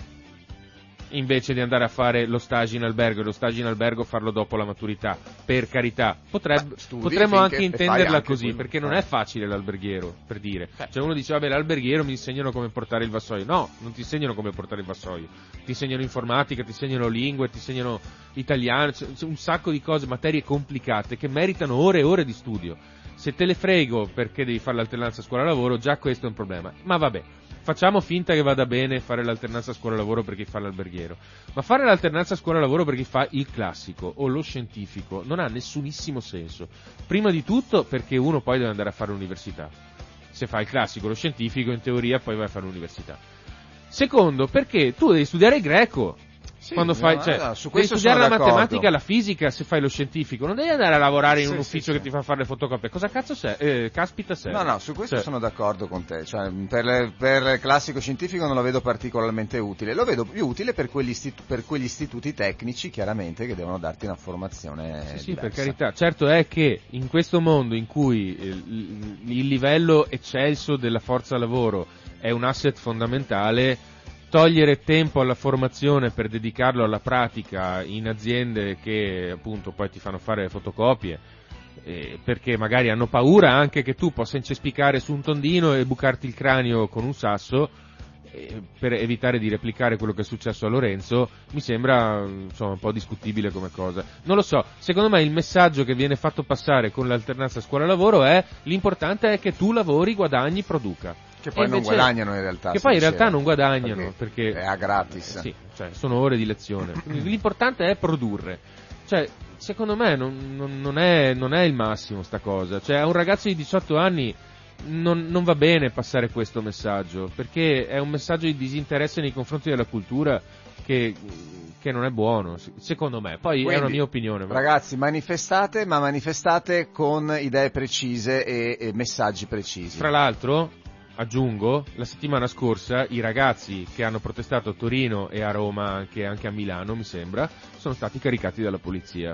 invece di andare a fare lo stage in albergo, e lo stage in albergo farlo dopo la maturità, per carità, potrebbe, potremmo anche intenderla anche così, perché non è facile l'alberghiero, per dire, cioè uno dice vabbè l'alberghiero mi insegnano come portare il vassoio, no, non ti insegnano come portare il vassoio, ti insegnano informatica, ti insegnano lingue, ti insegnano italiano, c'è un sacco di cose, materie complicate che meritano ore e ore di studio. Se te le frego perché devi fare l'alternanza scuola-lavoro, già questo è un problema, ma vabbè. Facciamo finta che vada bene fare l'alternanza scuola-lavoro per chi fa l'alberghiero, ma fare l'alternanza scuola-lavoro per chi fa il classico o lo scientifico non ha nessunissimo senso. Prima di tutto perché uno poi deve andare a fare l'università. Se fa il classico o lo scientifico, in teoria poi vai a fare l'università. Secondo, perché tu devi studiare il greco. Sì, quando fai, no, cioè, no, su devi studiare la d'accordo. matematica, la fisica se fai lo scientifico, non devi andare a lavorare in sì, un ufficio sì, che sì. ti fa fare le fotocopie. Cosa cazzo sei? Eh, caspita sei? No, no, su questo cioè, sono d'accordo con te, cioè, per, le, per il classico scientifico non lo vedo particolarmente utile, lo vedo più utile per quegli, istitu- per quegli istituti tecnici, chiaramente, che devono darti una formazione Sì, sì, diversa. per carità. Certo è che in questo mondo in cui il, il livello eccelso della forza lavoro è un asset fondamentale, togliere tempo alla formazione per dedicarlo alla pratica in aziende che appunto poi ti fanno fare fotocopie, eh, perché magari hanno paura anche che tu possa incespicare su un tondino e bucarti il cranio con un sasso, eh, per evitare di replicare quello che è successo a Lorenzo, mi sembra insomma un po' discutibile come cosa. Non lo so, secondo me il messaggio che viene fatto passare con l'alternanza scuola-lavoro è: l'importante è che tu lavori, guadagni, produca. Che poi invece, non guadagnano in realtà. Che poi in diceva, realtà non guadagnano, perché, perché è a gratis. Eh, sì, cioè sono ore di lezione. L'importante è produrre. Cioè, secondo me non, non, non, è, non è il massimo sta cosa. Cioè, a un ragazzo di diciotto anni non, non va bene passare questo messaggio, perché è un messaggio di disinteresse nei confronti della cultura che, che non è buono, secondo me. Poi Quindi, è una mia opinione. Ragazzi, manifestate, ma manifestate con idee precise e, e messaggi precisi. Fra l'altro, aggiungo, la settimana scorsa i ragazzi che hanno protestato a Torino e a Roma, anche, anche a Milano mi sembra, sono stati caricati dalla polizia.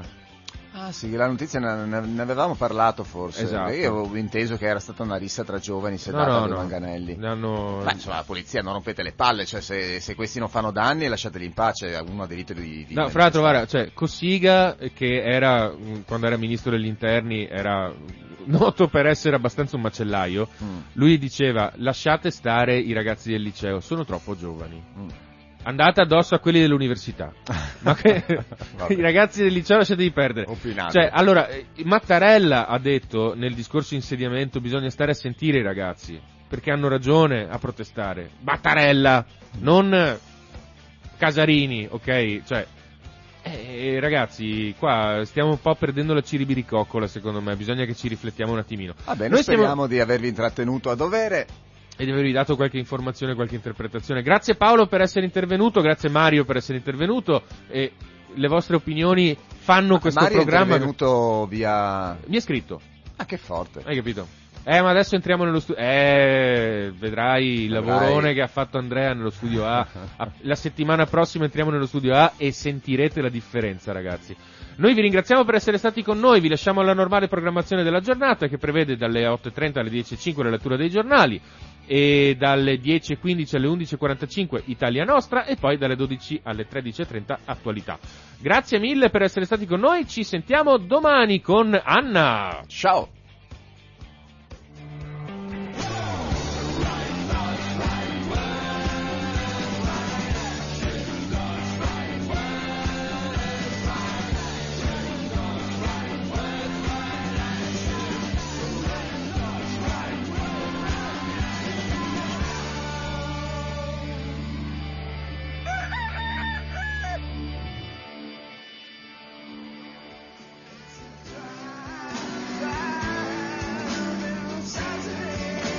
Ah sì, la notizia ne, ne avevamo parlato forse. Esatto. Io avevo inteso che era stata una rissa tra giovani sedata no, no, dai no. manganelli. Hanno... Ma insomma la polizia non rompete le palle, cioè se, se questi non fanno danni lasciateli in pace, uno ha diritto di... di no, fra l'altro guarda, cioè Cossiga, che era, quando era ministro degli interni, era noto per essere abbastanza un macellaio, mm. lui diceva: lasciate stare i ragazzi del liceo, sono troppo giovani. Mm. Andate addosso a quelli dell'università. Ma che i ragazzi del liceo lasciatevi perdere. Opinate. Cioè, allora, Mattarella ha detto nel discorso insediamento: bisogna stare a sentire i ragazzi, perché hanno ragione a protestare. Mattarella, non Casarini, ok? Cioè, eh, ragazzi, qua stiamo un po' perdendo la ciribiricoccola, secondo me, bisogna che ci riflettiamo un attimino. Va bene, noi speriamo stiamo... di avervi intrattenuto a dovere e di avervi dato qualche informazione, qualche interpretazione. Grazie Paolo per essere intervenuto, grazie Mario per essere intervenuto, e le vostre opinioni fanno ah, questo Mario programma. Mario è intervenuto via... Mi è scritto. Ah, che forte. Hai capito? Eh, ma adesso entriamo nello studio. Eh, vedrai il vedrai. lavorone che ha fatto Andrea nello studio A. La settimana prossima entriamo nello studio A e sentirete la differenza, ragazzi. Noi vi ringraziamo per essere stati con noi, vi lasciamo alla normale programmazione della giornata, che prevede dalle otto e trenta alle dieci e cinque la lettura dei giornali, e dalle dieci e quindici alle undici e quarantacinque Italia Nostra, e poi dalle dodici alle tredici e trenta Attualità. Grazie mille per essere stati con noi, ci sentiamo domani con Anna. Ciao.